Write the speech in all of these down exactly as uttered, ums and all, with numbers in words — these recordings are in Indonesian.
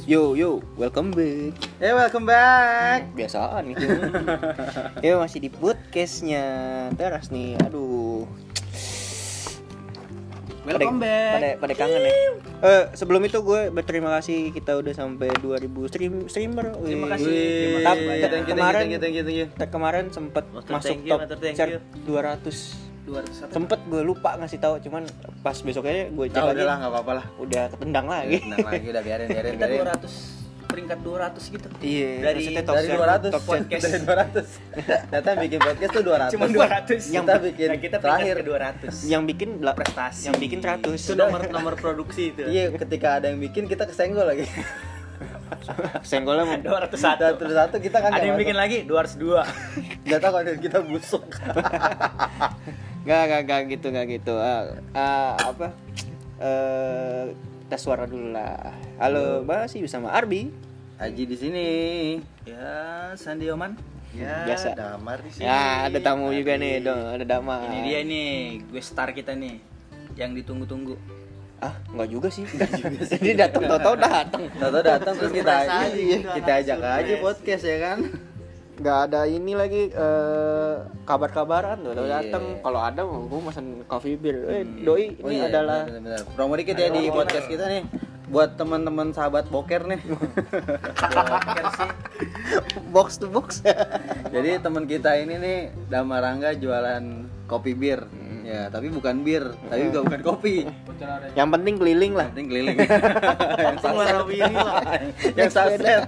Yo yo, welcome back. Eh, welcome back. Biasaan gitu. Yo masih di podcastnya Teras nih. Aduh. Welcome pada, back. Pada pada kangen ya. Eh sebelum itu gue berterima kasih kita udah sampai dua ribu stream streamer. Terima Wih. kasih. Terima Tap, kasih. thank you, thank you, Kemarin thank you, thank you, thank you. kemarin sempat Master, masuk thank you, top master, thank chart you. dua ratus. dua ratus satu. Sempet gue lupa ngasih tahu, cuman pas besoknya gue cek Nah, lagi. udah lah, enggak apa-apa lah. Udah ketendang lagi. Tenang lagi, udah biarin, biarin, Kita biarin. dua ratus peringkat dua ratus gitu. Iya, Dari- maksudnya top Dari chart- dua ratus top chart. podcast. Dari dua ratus. Ternyata bikin podcast tuh dua ratus. Cuma dua ratus. Yang kita bikin Nah, kita terakhir peringkat ke dua ratus. Yang bikin bela- Prestasi. yang bikin seratus. Itu nomor nomor produksi itu. Iya, ketika ada yang bikin kita kesenggol lagi. Senggolnya mau dua ratus satu. Dan terus satu kita kan Ada yang nggak bikin masuk. lagi dua ratus dua. Nggak tahu konten kita busuk. Gak, gak, gak gitu, gak gitu. Ah, ah, apa? Eh, tes suara dulu lah. Halo, masih bersama Arbi. Aji di sini. Ya, Sandi Oman. Ya, Biasa. Damar di sini. Ya, ada tamu juga nih, dong. Ada Dama. Ini dia nih, gue star kita nih. Yang ditunggu-tunggu. Ah, enggak juga sih. Jadi datang, tahu-tahu datang. Tahu-tahu datang terus kita Surprise aja iya, gitu, kita anak ajak aja surprise. podcast ya kan. Gak ada ini lagi eh, kabar-kabaran tuh. Iya. Datang. Kalau ada, gue pesan coffee beer. Eh, doi, Oh ini iya, adalah benar-benar. Promo dikit ya di podcast kita nih buat teman-teman sahabat boker nih. Boker sih. box to box. Jadi teman kita ini nih Damarangga jualan kopi bir. Ya, tapi bukan bir, tapi juga bukan kopi. Yang penting keliling lah. Yang penting keliling. Yang saset. Yang saset.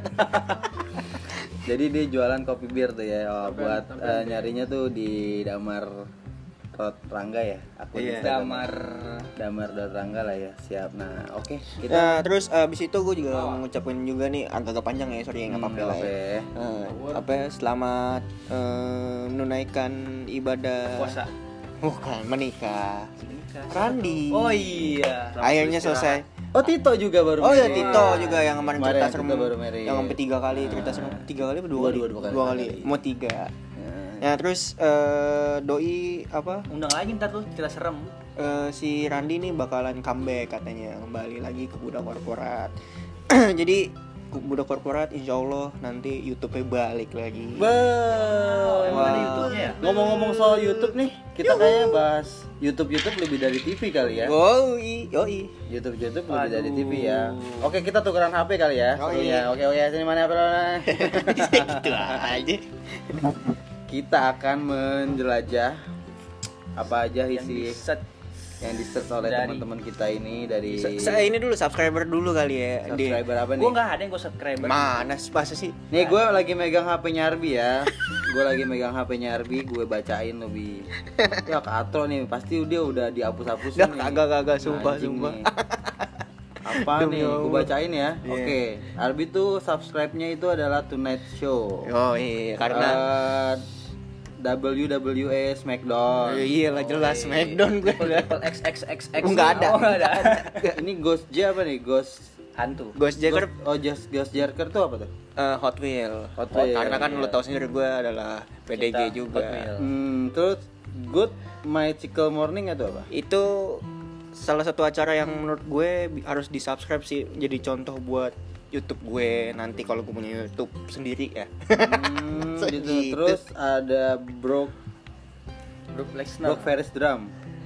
Jadi dia jualan kopi bir tuh ya. Oh, buat eh, nyarinya tuh di Damar Rot Rangga ya. Akun Iya. Instagram. Damar. Damar Dot Rangga lah ya. Siap. Nah, oke. Kita Nah, terus abis itu gue juga mengucapkan juga nih agak-agak panjang ya, sorry nggak Hmm, apa-apa lah ya. oke. Eh, apa ya, selamat eh, menunaikan ibadah Puasa. bukan menikah. Randi. Oh iya. Akhirnya selesai. Oh, Tito juga baru. Oh ya married. Tito juga yang kemarin Kemarin cerita Tito serem, baru married. yang sampai tiga kali cerita serem, tiga kali apa dua, Dua, kali? dua, dua kali. Dua kali. Mau tiga. Ya terus eh, doi apa? Undang lagi ntar tuh kita serem. Eh, si Randi nih bakalan comeback katanya, kembali lagi ke budak korporat. Jadi ke budak korporat insya Allah nanti YouTube-nya balik lagi. Be- Emang ada YouTube-nya ya? Ngomong-ngomong soal YouTube nih, kita kayaknya bahas YouTube YouTube lebih dari T V kali ya. Yoi, yoi. YouTube YouTube lebih dari Aduh. T V ya. Oke, kita tukeran H P kali ya. Oh, serunya. iya. Oke, oke, sini mana H P lo? Gitu aja. Kita akan menjelajah apa aja Yang isi di-set. yang di-search oleh Dari- teman-teman kita ini dari Se- Saya ini dulu subscriber dulu kali ya. Di- subscriber apa nih? Gue nggak ada yang gue subscriber. Mana sih masa sih? Nih gue lagi megang H P-nya Arbi ya. Gue lagi megang H P-nya Arbi, gue bacain lebih. Ya katro nih, pasti dia udah dihapus-hapus Dah nih. kagak kagak sumpah Anjing sumpah. nih. Apa Demi nih? Allah. Gue bacain ya. Iya. Oke. Arbi tuh subscribe-nya itu adalah Tonight Show. Oh iya karena Eh, W W E SmackDown. iya lah jelas Smackdown gue udah. Triple X X X X. Nggak ada. Oh, nggak ada. Ini Ghost J apa nih? Ghost Hantu. Ghost Jacker Ghost- Oh, Ghost Ghost Jerker tuh apa tuh? eh, Hot Wheel. Hot Oh, Wheel, karena kan iya. lo tau sendiri gue adalah P D G Kita juga. Hot Wheel. Hmm, terus Good Mythical Morning itu apa? Itu salah satu acara yang menurut gue bi- harus di subscribe sih, jadi contoh buat YouTube gue nanti kalau gue punya YouTube sendiri ya. Hmm, gitu. Segitu. Terus ada Brock Brock Lesnar. Brock Ferris Drum.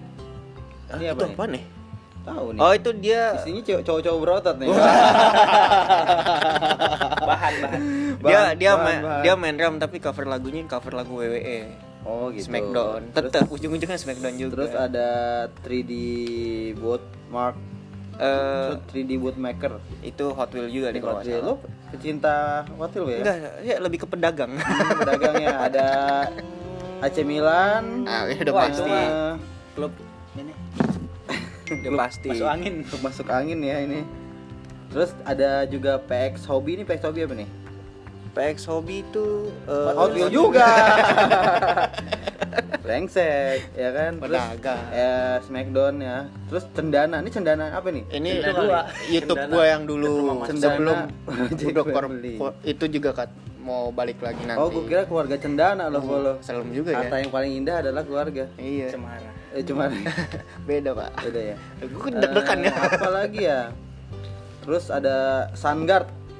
Ah, Ini apa itu nih? apa nih? Tahu nih. Oh itu dia Isinya cowok- cowok-cowok berotot nih. Bahan bahan. dia Bahan- dia bahan- main, bahan. dia main drum tapi cover lagunya cover lagu W W E. Oh gitu. Smackdown. Terus, Tetap ujung-ujungnya Smackdown juga. terus ada tiga D boat mark, Eh, tiga D boat maker. itu Hot Wheel juga Ini nih kalau Hot nggak Wheel. salah. Lo pecinta Hot Wheel ya? Enggak, ya lebih ke pedagang. Hmm, pedagangnya ada A C Milan. Ah, ya udah Wah, pasti. itu mah Klub ini. Udah pasti. Masuk angin. Untuk masuk angin ya ini. Terus ada juga P X Hobby. Ini P X Hobby apa nih? P X Hobby itu eh, Hot Wheel juga. Brengsek, ya kan? Terus Pedagang. ya Smackdown ya. Terus cendana. Ini cendana apa nih? Ini Cendana itu dua. YouTube Cendana. gue yang dulu Cendana. sebelum Jack Budok Family. Korp itu juga kat mau balik lagi nanti. Oh, gue kira keluarga cendana loh follow. Serem juga ya. Kata yang paling indah adalah keluarga. Iya. Cemara. Eh cuma Beda, Pak. beda ya. Gue deg-degan Eh, ya. Apa lagi ya? Terus ada Sungguard.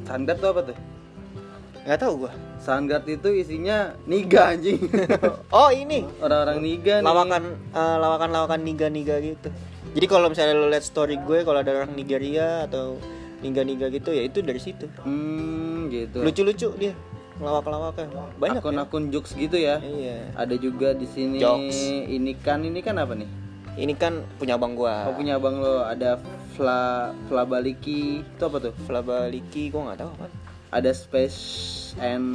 Sunguard tuh apa tuh? Nggak tahu gua. Sunguard itu isinya niga anjing. Oh ini Orang-orang niga nih. lawakan eh, lawakan-lawakan niga-niga gitu. Jadi kalau misalnya lo lihat story gue, kalau ada orang Nigeria atau niga-niga gitu ya itu dari situ. Hmm, gitu. Lucu-lucu dia lawak-lawaknya. Banyak ya. Akun-akun jokes gitu ya. Iya. Ada juga di sini. Jokes. Ini kan ini kan apa nih? Ini kan punya abang gua. Oh, punya abang lo. Ada Fla Flabaliki. Itu apa tuh? Flabaliki, gua nggak tahu apa. Ada Space and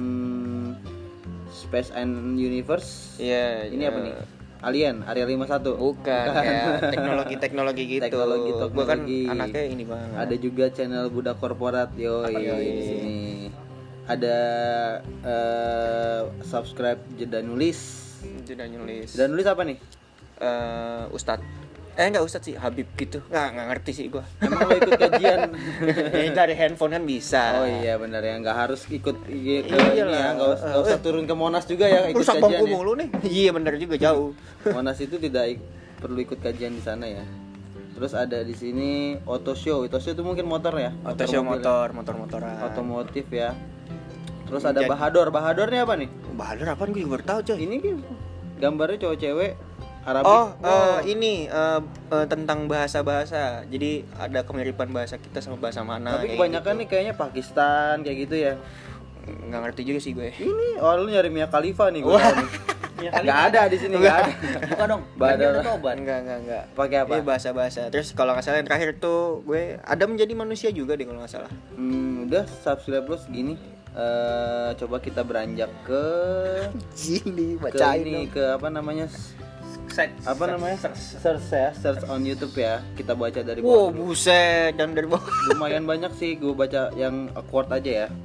Space and Universe. Iya. Ini apa eh, nih? Alien, Area lima puluh satu. Bukan, kayak teknologi-teknologi gitu. Teknologi, Gua kan teknologi. anaknya ini banget. Ada juga channel Budak Korporat, yoi, Yoi. di sini. Ada eh, subscribe Jeda Nulis. Jeda nulis. Jeda Nulis apa nih? Eh, Ustad. Eh enggak Ustad sih, Habib gitu. Nggak, nggak ngerti sih gua. Emang lo ikut kajian? Ini dari handphone kan bisa. Oh iya benar ya, nggak harus ikut i- ke Iyalah. ini ya, nggak usah, nggak usah turun ke Monas juga ya ikut Rusak kajian bangku ya. mulu nih. Iya benar juga jauh. Monas itu tidak ik- perlu ikut kajian di sana ya. Terus ada di sini Auto Show. Auto Show itu mungkin motor ya? Auto show mobil ya. motor, motor-motoran. Otomotif ya. Terus ada Jadi- Bahador. Bahador ini apa nih? Bahadur apaan gue juga baru tahu, coy. Ini kan gambarnya cowok cewek Arabik. Oh, eh, ini eh, eh, tentang bahasa-bahasa. Jadi ada kemiripan bahasa kita sama bahasa mana. Tapi kayak kebanyakan gitu. nih kayaknya Pakistan kayak gitu ya. Nggak ngerti juga sih gue. Ini oh lu nyari Mia Khalifa nih gue. Wah. Enggak ada di sini, enggak ada. Buka dong. Badar. Ada tobat. Enggak, enggak, enggak. Pakai apa? Ini bahasa-bahasa. Terus kalau nggak salah yang terakhir tuh gue ada menjadi manusia juga deh kalau nggak salah. Hmm, udah subscribe lu segini. Eh, coba kita beranjak ke Jing ke ini ke apa namanya? Set, Apa set, namanya? set. Search ya, search on YouTube ya. Kita baca dari Wow, bawah. dulu. buset, dan dari bawah. Lumayan banyak sih, gue baca yang awkward aja ya.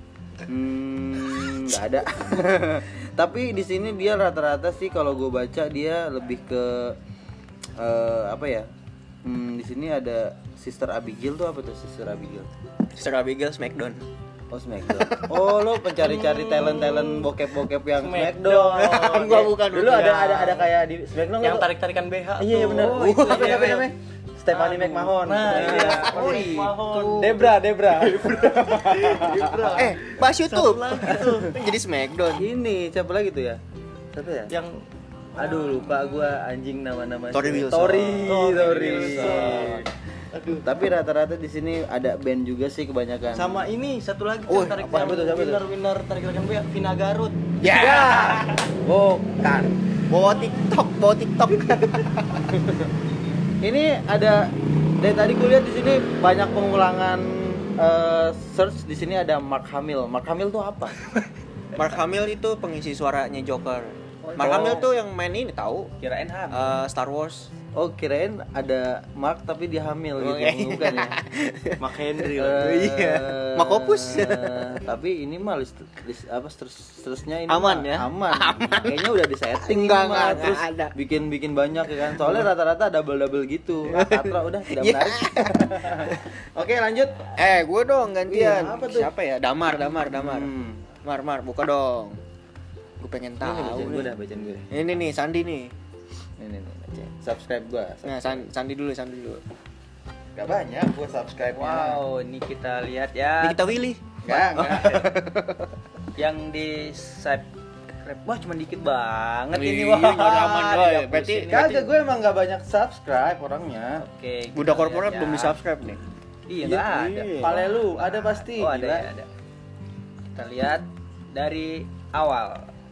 Hmm, nggak ada. Tapi di sini dia rata-rata sih kalau gue baca dia lebih ke eh, apa ya? Hmm, di sini ada Sister Abigail tuh apa tuh Sister Abigail? Sister Abigail Smackdown. Oh Smackdown. Oh lo pencari-cari talent-talent bokep-bokep yang Smackdown. Smackdown. Gua bukan, Dulu bukan. ada ada ada kayak di Smackdown Yang lo- tarik-tarikan B H. Iya iya tuh. benar. Oh, Uh, itu apa dia, apa Bel. namanya? Stephanie Aduh. McMahon. Nah, iya. Oh, Stephanie McMahon. Debra, Debra. Eh, pas YouTube. Jadi Smackdown. Ini siapa lagi tuh ya? Siapa ya? Yang Aduh lupa gua anjing nama-nama. Tori cewek. Wilson. Tori, Tori Tori. Wilson. Aduh. Tapi rata-rata di sini ada band juga sih kebanyakan. sama ini satu lagi Oh, yang tarik apa- apa tuh, siapa tuh? winner winner tarik-tarikan B H Vina Garut. Ya. Bukan. Bawa TikTok, bawa TikTok. Ini ada dari tadi gue lihat di sini banyak pengulangan eh, search. Di sini ada Mark Hamill. Mark Hamill tuh apa? Mark Hamill itu pengisi suaranya Joker. Mark Oh. Hamill tuh yang main ini tahu Kirain ham. eh, Star Wars. Oh kirain ada Mark tapi dia hamil gitu. Oh, iya. Bukan ya? Mark Henry Eh, lah. Iya. Mark Opus. Tapi ini mah list, list apa terus terusnya ini Aman mah ya? Aman. Kayaknya udah disetting Enggak, ini mah. enggak, Terus enggak ada. bikin-bikin banyak ya kan. Soalnya rata-rata double-double gitu. Ah, Tatra udah tidak Iya. menarik. Oke, lanjut. Eh, gue dong gantian. Iya, apa tuh? Siapa ya? Damar, Damar, Damar. Hmm. Mar, Mar, buka dong. Gue pengen Ini tahu. bacain gue nih. dah, bacain gue. Ini nih Sandi nih. Nih nih nih, bacain. Subscribe gua. Nah, San- Sandi dulu, Sandi dulu. Gak banyak gua subscribe-nya. Wow, ini kita lihat Ini ya. kita Willy. Enggak, enggak. Yang di subscribe. Wah, cuma dikit banget Iya, ini. Wah, nggak ada aman, dihapus boy. ini. Berarti- Kagak, gue emang gak banyak subscribe orangnya. Oke. kita Budak korporat lihat ya. belum di subscribe nih. Iya, enggak ada. Iya. Pale lu, ada pasti. Oh, ada gila. ya, ada. Kita lihat dari awal.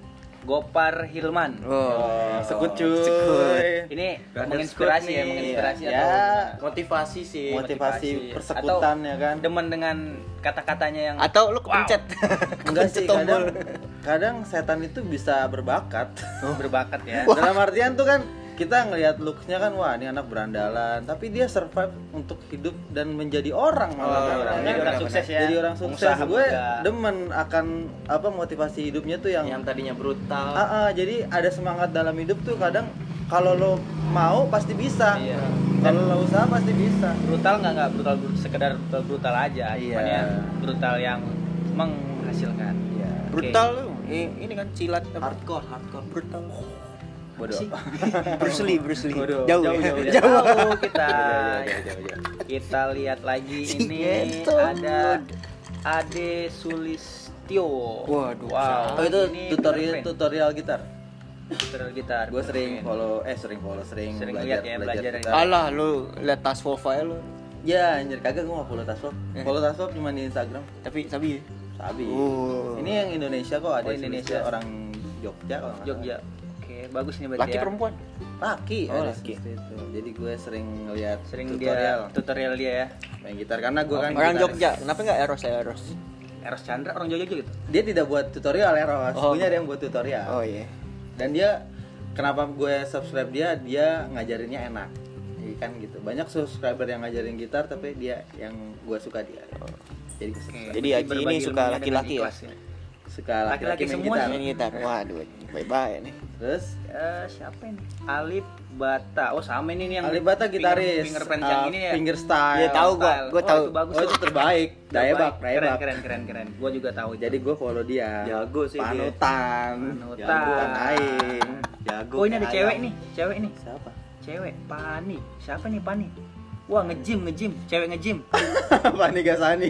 Gopar Hilman. Oh, Sekut cuy. Sekut. Ini Brother menginspirasi Scoot ya, nih. menginspirasi Ya, atau motivasi sih, motivasi persekutan ya kan. Demen dengan kata-katanya yang Atau lu kepencet. Enggak sih, Kepencet tombol. kadang kadang setan itu bisa berbakat. berbakat ya. Dalam artian tuh kan kita ngelihat looks-nya kan, wah ini anak berandalan, tapi dia survive untuk hidup dan menjadi orang malah Oh, kan. jadi Kan? orang sukses ya. Jadi orang sukses. Pengusaha Gue muda. demen akan apa motivasi hidupnya tuh yang Yang tadinya brutal. Ah, ah, jadi ada semangat dalam hidup tuh kadang kalau lo mau pasti bisa. Iya. Kalau lo usaha pasti bisa. Brutal nggak nggak brutal, brutal sekedar brutal brutal aja. Iya. Cuman ya brutal yang menghasilkan. Iya. Brutal lu. I- Ini kan cilat apa? Hardcore, hardcore. Brutal. Bodoh. Sih. Bruce Lee, Bruce Lee. Bodoh. Jauh, Jauh, ya? jauh, Jauh, jauh kita. Jauh, jauh, jauh, jauh. Kita lihat lagi Si ini Gentot. ada Ade Sulistyo. Waduh, wow. Oh itu ini tutorial bener, friend. tutorial gitar. tutorial gitar. Gue sering Keren. follow, eh sering follow, sering, Sering belajar, lihat ya, belajar belajar gitar. dari- Alah lu lihat tas profile lu. Ya anjir, kagak gue gak follow Taswap. Eh. Follow Taswap cuma di Instagram. Tapi sabi ya. Sabi. Oh. Ini yang Indonesia kok, ada Oh, Indonesia. Indonesia orang Jogja kalau nggak Jogja. Oke, bagus nih berarti Laki ya. perempuan. salah. Laki, Oh, ada laki. seperti itu. Jadi gue sering ngeliat Sering tutorial dia tutorial dia ya. main gitar karena gue kan Orang gitaris. Jogja. Kenapa enggak Eros ya Eros? Eros Chandra orang Jogja juga gitu. Dia tidak buat tutorial ya, Ros. Oh. Punya ada yang buat tutorial. Oh iya. Dan dia kenapa gue subscribe dia, dia ngajarinnya enak. Iya kan gitu. Banyak subscriber yang ngajarin gitar tapi dia yang gue suka dia. Jadi gue subscribe. Jadi Berarti Aji ini berbagi suka ilmunya dengan laki-laki ya? ikhlas Suka Laki-laki laki-laki main semua gitar. Main gitar. Waduh, bye-bye nih. Terus Eh, siapa ini? Alip Bata. Oh, sama ini nih yang Alibata gitaris, Finger, fingerprint uh, yang ini ya. finger style. Iya, tahu gua. Style. Gua Oh, tahu. itu bagus Oh itu tuh. terbaik, Daebak, Keren, Daebak. keren, keren, keren. Gua juga tahu. itu. Jadi gue follow dia. Jago sih dia. Panutan. Panutan. Panutan aing. Jago. Oh, ini ada kayak cewek ayam. nih, cewek nih. Siapa? Cewek, Pani. Siapa nih Pani? Wah, nge-gym, nge-gym. Cewek nge-gym. Fani Gasani.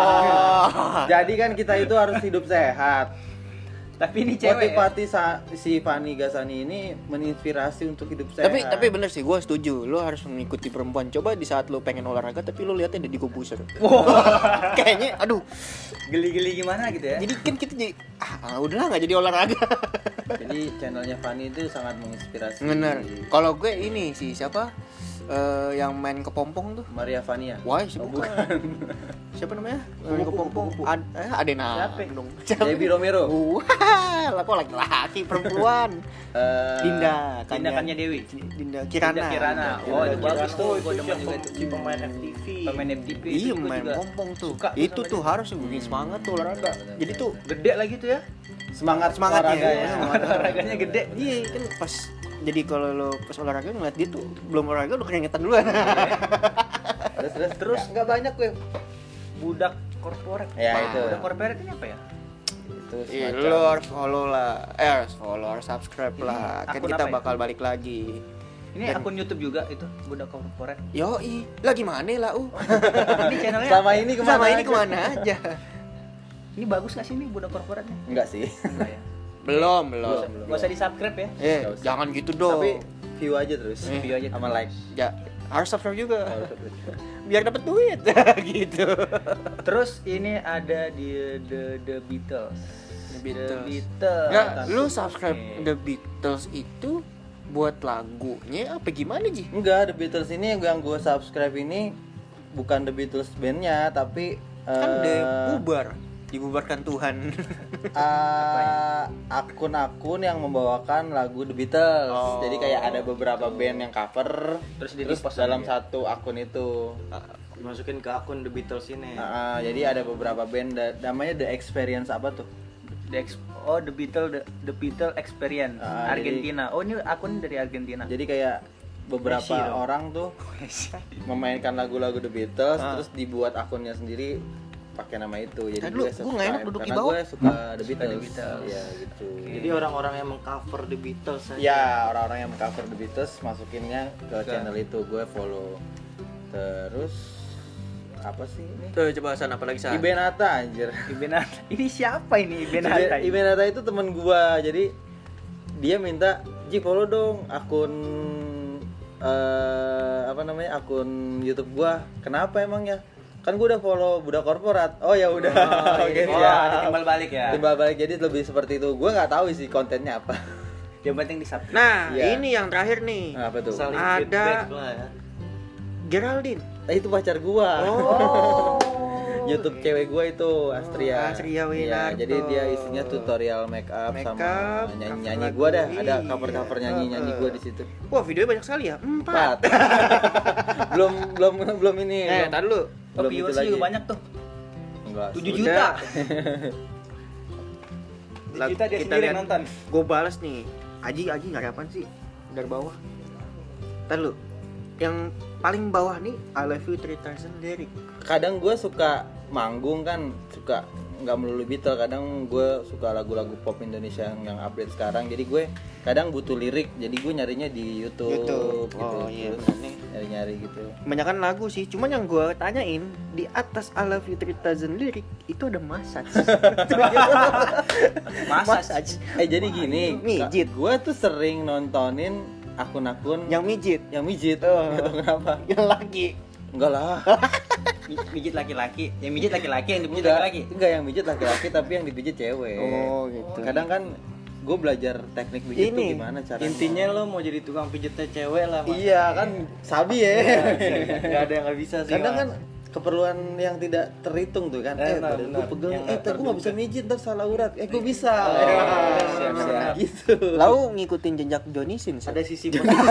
Oh. Jadi kan kita itu harus hidup sehat. Tapi ini cewek. Ya? Motivasi sa- si Fani Gasani ini menginspirasi untuk hidup sehat. Tapi tapi bener sih, gue setuju. Lu harus mengikuti perempuan. Coba di saat lu pengen olahraga, tapi lu lihatnya Deddy Corbuzier. Kayaknya, aduh. Geli-geli gimana gitu ya? Jadi kan kita jadi, ah udahlah nggak jadi olahraga. Jadi channelnya Fani itu sangat menginspirasi. Bener. Kalau gue ini sih siapa? Eh, yang main kepompong tuh. Maria Fania. Wah, siapa Oh, bukan? Siapa namanya? Main Kupu, kepompong. kupu, kupu. Ad, eh, Adena. Siapa? dong. Debbie Romero. Wah, lah kok laki-laki perempuan. Eh, Dinda, Tindakannya Dewi. Dinda Kirana. Dinda Kirana. Oh, itu Dinda bagus Kirana. tuh. Oh, Gua itu demen yang juga itu. si pemain F T V. Pemain F T V. Iya, itu gua main juga pompong tuh. suka tuh Itu sama tuh dia. harus bikin semangat tuh olahraga. Jadi tuh Gede lagi tuh ya. semangat Semangatnya, olahraga iya. ya. Semangat Olahraganya gede. iya kan pas jadi kalau lo pas olahraga ngeliat dia tuh belum olahraga udah keringetan duluan. Terus terus Terus nggak banyak gue. Budak korporat. Ya, Wah, itu. Budak korporat ini apa ya? Itu Iya, semacam- lo harus follow lah, eh harus follow, harus subscribe Ini lah. Kan akun kita apa ya? bakal balik lagi. Ini Dan- akun YouTube juga itu Budak korporat. Yoi, lah gimana lah uh? Ini channelnya Selama ini kemana? Sama ini aja? kemana aja? ini bagus gak sih ini Budak korporatnya? Enggak sih. Enggak ya. Belum, belum. Gak usah di-subscribe ya. Eh, Nggak usah. jangan gitu dong. Tapi view aja terus. Eh, View aja sama terus. like. Ya, harus subscribe juga. Biar dapat duit gitu. Terus ini ada di The The Beatles. The Beatles. Beatles. Enggak, lu subscribe Oke. The Beatles itu buat lagunya apa gimana Ji? Enggak, The Beatles ini yang gue subscribe ini bukan The Beatles bandnya, tapi Kan eh, udah bubar, dibubarkan Tuhan. eh, akun-akun yang membawakan lagu The Beatles. Oh, Jadi kayak ada beberapa band yang cover, Terus terus, di-repost dalam sama dia. satu akun itu. Dimasukin ke akun The Beatles ini. Nah, jadi ada beberapa band da- namanya The Experience apa tuh? The Ex- oh The Beatles The, The Beatles Experience Ah, Argentina. Oh ini akun dari Argentina. Jadi kayak beberapa Messi dong. orang tuh memainkan lagu-lagu The Beatles Ah. terus dibuat akunnya sendiri pakai nama itu. Jadi Kan lu- gue gua nggak enak subscribe duduk di karena bawah. gue suka The Suka Beatles. The Beatles. Iya gitu. Jadi orang-orang yang mengcover The Beatles aja. Ya orang-orang yang mengcover The Beatles masukinnya ke Ke- channel itu gue follow. Terus apa sih ini? Tuh coba San apa lagi San? Ibenata anjir. Ibenata. Ini siapa ini Ibenata? Ibe- Ibenata itu temen gua. Jadi dia minta, "Ji follow dong akun eh apa namanya? Akun YouTube gua." Kenapa emangnya? Kan gua udah follow Budak Korporat. Oh ya udah. Oke, Oh, siap. timbal balik ya. Timbal balik, jadi lebih seperti itu. Gua nggak tahu sih kontennya apa. Yang penting di subscribe. Nah, Iya. ini yang terakhir nih. Nah, apa tuh? Saling Ada- feedback lah ya. Geraldine. Nah, itu pacar gua. Oh. YouTube cewek gua itu Astria. Astria Iya, Winarto. jadi dia isinya tutorial make up Make sama up, nyanyi-nyanyi cover gua lagu. dah. Ada Iya. cover-cover nyanyi-nyanyi gua di situ. Wah, videonya banyak sekali ya. Empat. Empat. belum belum belum ini. Eh, belum, tar dulu. Oh, belum itu viewers lagi. juga banyak tuh. Enggak. tujuh Udah. juta. Lah, Kita dia kita sendiri lihat. yang nonton. Gue balas nih. Aji, Aji nyari apaan sih? Dari bawah. Ntar lu. Yang paling bawah nih I love you three thousand lyric. Kadang gue suka manggung kan, suka nggak melulu Beatles, kadang gue suka lagu-lagu pop Indonesia yang, yang update sekarang. Jadi gue kadang butuh lirik, jadi gue nyarinya di YouTube, YouTube. gitu. Oh iya Terus benar nih. nyari-nyari gitu. Kebanyakan lagu sih, cuman yang gue tanyain di atas I Love You three thousand lirik itu ada massage. Massage. Eh jadi gini, Mijit. gue tuh sering nontonin akun-akun Yang mijit, yang mijit. Oh. Gak tau kenapa. yang laki. Enggak lah. Mijit laki-laki, yang mijit laki-laki, yang dipijit Enggak, laki-laki. enggak yang mijit laki-laki tapi yang dipijit cewek. Oh gitu. Kadang kan gue belajar teknik mijit tuh Ini, gimana caranya. Intinya lo mau jadi tukang pijitnya cewek lah, Mas. Iya kan sabi ya. Gak ada yang gak bisa sih. Kadang Mas. kan keperluan yang tidak terhitung tuh kan. Eh, Benar, badan gue benar. pegel. Yang Eh, nggak tapi gue nggak bisa terduga. mijit, ntar salah urat. Eh, gue bisa. Oh, Eh, siap, siap. Gitu. Lalu ngikutin jejak Johnny Sins. ada sisi positif.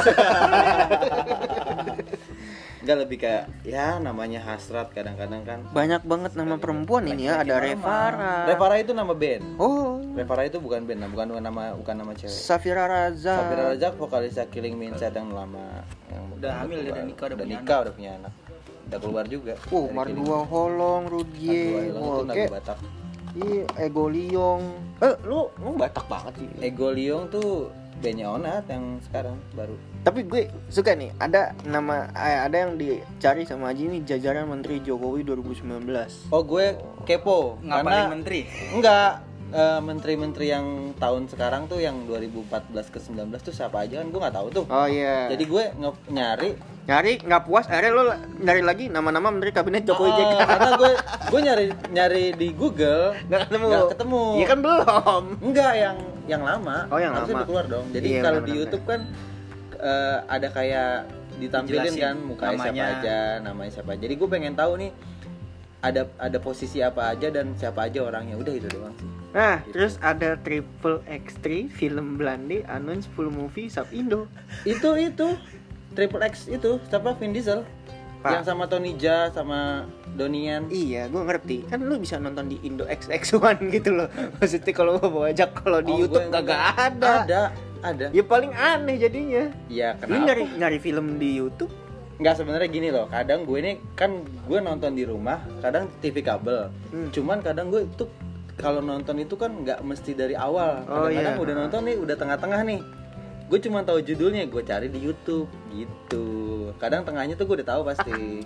Enggak, lebih kayak ya namanya hasrat kadang-kadang kan. Banyak banget nama perempuan ini ya, ada Revara. Revara itu nama band. Oh, Revara itu bukan band, bukan nama bukan nama cewek. Safira Raza. Safira Rajak vokalisnya Killing Me Inside yang lama yang Udah hamil, dia udah nikah, udah udah punya nikah, udah punya anak. Udah keluar juga. Oh, dari Killing Mardua Holong, Me. Rudie. Mardua Hilang itu Oke. lagu Batak. Iya, Ego Liong. Eh, lu lu Batak banget sih. Ego Liong tuh bandnya Onat yang sekarang baru. Tapi gue suka nih, ada nama eh, ada yang dicari sama Aji nih, jajaran Menteri Jokowi dua ribu sembilan belas. Oh, gue kepo Ngapalin karena menteri. enggak eh, menteri-menteri yang tahun sekarang tuh yang dua ribu empat belas ke sembilan belas tuh siapa aja kan gue nggak tahu tuh. Oh iya. Jadi gue nge- nyari nyari nggak puas, akhirnya lo nyari lagi nama-nama Menteri Kabinet Jokowi Oh, J K. karena gue gue nyari nyari di Google Nggak ketemu. nggak ketemu. Iya kan belum. Enggak, yang yang lama. Oh, yang Harusnya lama. udah keluar dong. Jadi Iya, kalau benar, di benar. YouTube kan eh, ada kayak ditampilin Dijelasin kan mukanya siapa namanya. aja, namanya siapa. Jadi gue pengen tahu nih ada ada posisi apa aja dan siapa aja orangnya. Udah itu doang sih. Nah, Gitu. terus ada Triple X tiga film Belanda announce full movie sub Indo. Itu itu Triple X itu siapa? Vin Diesel. Pak. Yang sama Tony Jaa sama Donian. Iya, gue ngerti. Kan lu bisa nonton di Indo X X satu gitu loh. Maksudnya kalau mau ajak kalau di Oh, YouTube gue- kagak ada. Ada, ada. Ya paling aneh jadinya. Ya Lu kenapa? nyari nyari film di YouTube? Nggak, sebenarnya gini loh, kadang gue ini kan gue nonton di rumah, kadang T V kabel. Hmm. Cuman kadang gue itu kalau nonton itu kan nggak mesti dari awal. Oh, Kadang-kadang iya. udah nonton nih, udah tengah-tengah nih. Gue cuma tahu judulnya, gue cari di YouTube gitu. Kadang tengahnya tuh gue udah tahu pasti.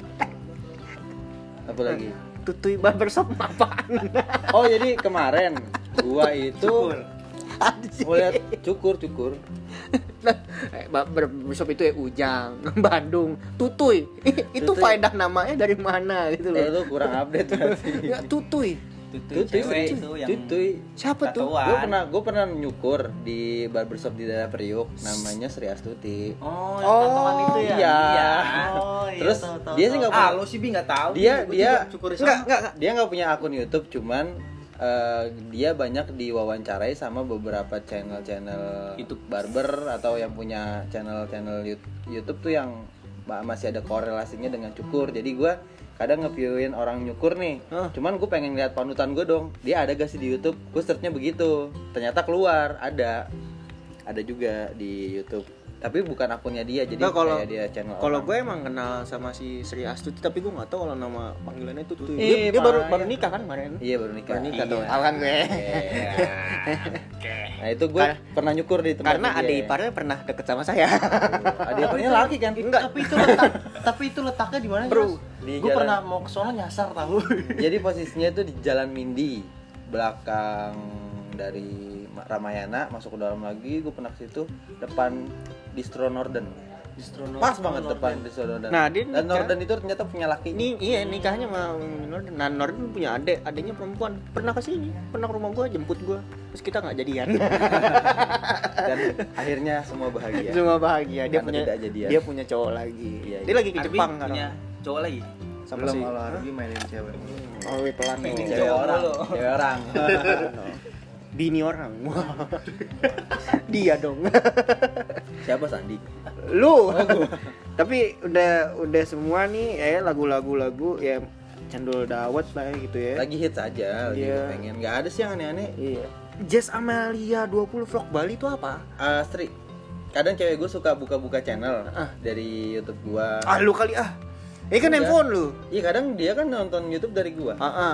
Apa lagi? Tutui barbershop apaan? Oh, jadi kemarin gua itu ngeliat cukur-cukur. Eh, barbershop itu ya Ujang, Bandung, Tutui. Itu Tutui. faedah namanya dari mana gitu Eh, loh. lu kurang update berarti. Ya, Tutui. Tutui Tutui, cewek Tutui. itu yang Tutui. Siapa tuh? tatoan. Gue pernah gue pernah nyukur di barbershop di daerah Priuk, namanya Sri Astuti. Oh, yang Oh, kantongan itu ya. iya. Oh, iya. Terus tahu, tahu, dia tahu. sih nggak Ah, punya, lu sih Bi nggak tahu. dia Gua dia juga cukur di Enggak, sana. enggak, enggak. dia nggak punya akun YouTube, cuman eh, dia banyak diwawancarai sama beberapa channel-channel YouTube. barber atau yang punya channel-channel Yout- YouTube tuh yang ma- masih ada korelasinya dengan cukur. Jadi gue kadang nge-viewin orang nyukur nih. Hah? Cuman gue pengen lihat panutan gue dong. Dia ada gak sih di YouTube? Gue searchnya begitu. Ternyata keluar ada. Ada juga di YouTube. Tapi bukan akunnya dia, jadi Nah, kalau kayak dia channel kalau orang. gue emang kenal sama si Sri Astuti, tapi gue nggak tahu kalau nama panggilannya itu tuh. Ih, Dia, dia baru Maya. baru nikah kan kemarin. Iya, baru nikah. Baru nikah Iya. tuh. Tahu kan gue. Iya. Nah, itu gue Kar- pernah nyukur di tempat Karena adik iparnya pernah deket sama saya. Adik iparnya laki kan? Enggak. Tapi itu letak, tapi itu letaknya di mana, Bro, Mas? di Gue jalan- pernah mau ke sono nyasar tahu. Jadi posisinya itu di Jalan Mindi, belakang dari Ma- Ramayana, masuk ke dalam lagi. Gue pernah ke situ, depan Distro Norden. Distro Pas Norden. banget depan Distro Norden. Nah, dia Dan nikah. Norden itu ternyata punya laki. Ini iya nikahnya sama Norden. Nah, Norden punya adik, adiknya perempuan. Pernah ke sini, pernah ke rumah gue, jemput gue. Terus kita nggak jadian. Dan akhirnya semua bahagia. Semua bahagia. Dia Karena punya tidak jadian. dia punya cowok lagi. Iya, Dia iya. lagi ke Arbi Jepang kan. punya cowok lagi. Sama Belum, si kalau Arbi mainin cewek. Oh, wih, pelan Ini nih. Cewek Cowok orang, mulu. cewek orang. Bini orang. Wah. Dia dong. Siapa Sandi? Lu. Tapi udah udah semua nih ya lagu-lagu lagu ya cendol dawet lah ya gitu ya. Lagi hits aja, lagi Iya. gua pengen. Gak ada sih yang aneh-aneh. Iya. Jazz Amalia dua puluh vlog Bali itu apa? Astri, kadang cewek gue suka buka-buka channel Ah. dari YouTube gua. Ah lu kali ah. Ini kan Enggak. handphone lu. Iya, kadang dia kan nonton YouTube dari gua. Ah, ah.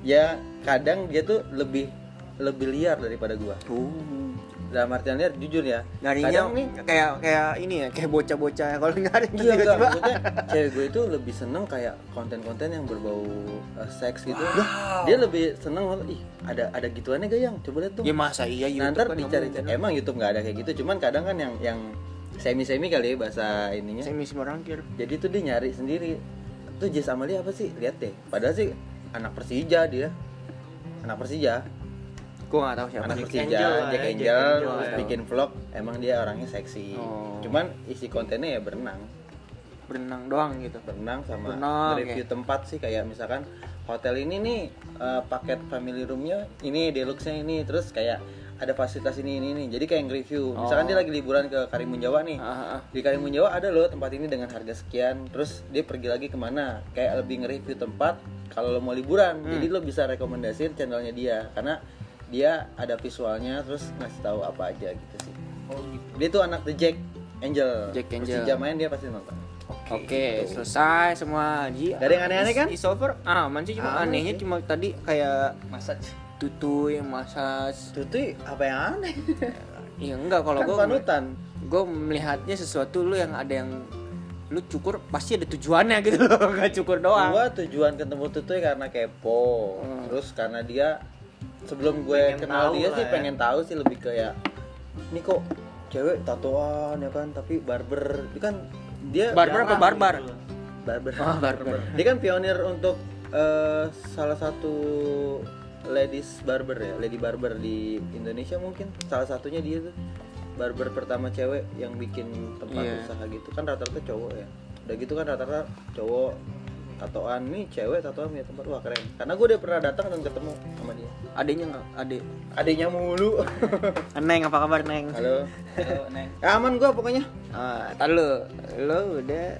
ya kadang dia tuh lebih lebih liar daripada gua. Uh. Dalam artian liar jujur ya. Nyarinya Kadang nih kayak kayak ini ya, kayak bocah-bocah kalau nyari iya enggak, tiba-tiba. maksudnya cewek gue itu lebih seneng kayak konten-konten yang berbau uh, seks gitu. Dia lebih seneng ih ada ada gituannya gak yang coba lihat tuh. Ya masa iya Nah, YouTube ntar kan dicari ngomongin. emang YouTube nggak ada kayak gitu, cuman kadang kan yang yang semi-semi kali ya bahasa ininya. Semi semorangkir. Jadi tuh dia nyari sendiri. Tuh Jess Amalia apa sih? Lihat deh. Padahal sih anak Persija dia. Anak Persija. Gua enggak tahu siapa. Anak Jack Persija, Angel, Jack eh, Angel, Jack Angel, terus ya. bikin vlog. Emang dia orangnya seksi. Oh. Cuman isi kontennya ya berenang. Berenang doang gitu. Berenang sama Berenang, review ya. tempat sih, kayak misalkan hotel ini nih uh, paket family roomnya ini, deluxe-nya ini, terus kayak ada fasilitas ini ini nih. Jadi kayak nge-review. Misalkan Oh. dia lagi liburan ke Karimun Jawa nih. Ah, ah, ah. Di Karimun Jawa ada loh tempat ini dengan harga sekian. Terus dia pergi lagi kemana? Kayak lebih nge-review tempat kalau lo mau liburan. Hmm. Jadi lo bisa rekomendasiin channelnya dia karena dia ada visualnya, terus ngasih tahu apa aja gitu sih. Oh gitu. Dia tuh anak The Jack Angel. Jack Angel. Persija main dia pasti nonton. Oke, selesai semua. Ji. Gak ada yang aneh-aneh kan? Is over. Ah, aman sih, cuma Aman anehnya sih. cuma tadi kayak Massage. tutuy, massage. Tuh apa yang aneh? Iya enggak kalau Kan gue panutan. gue melihatnya sesuatu lu yang ada yang lu cukur pasti ada tujuannya gitu loh, nggak cukur doang. Gua tujuan ketemu Tutuy karena kepo. Hmm. Terus karena dia sebelum gue Pengen kenal tahu dia lah sih ya. pengen tahu sih, lebih kayak ini kok cewek tatoan ya kan, tapi barber. Dia kan dia Barber apa jarang barbar? gitu. Barber. Oh, barber. Dia kan pionir untuk eh, salah satu ladies barber ya, lady barber di Indonesia mungkin. Salah satunya dia tuh. Barber pertama cewek yang bikin tempat Iya. usaha gitu. Kan rata-rata cowok ya. Udah gitu kan rata-rata cowok tatoan, nih cewek tatoan punya tempat. Wah keren. Karena gue udah pernah datang dan ketemu sama dia. Adanya nggak? Ade. Adanya mulu. Neng apa kabar Neng? Halo. Halo, Neng. Ya, aman gue pokoknya. Ah, tar lu, lu udah.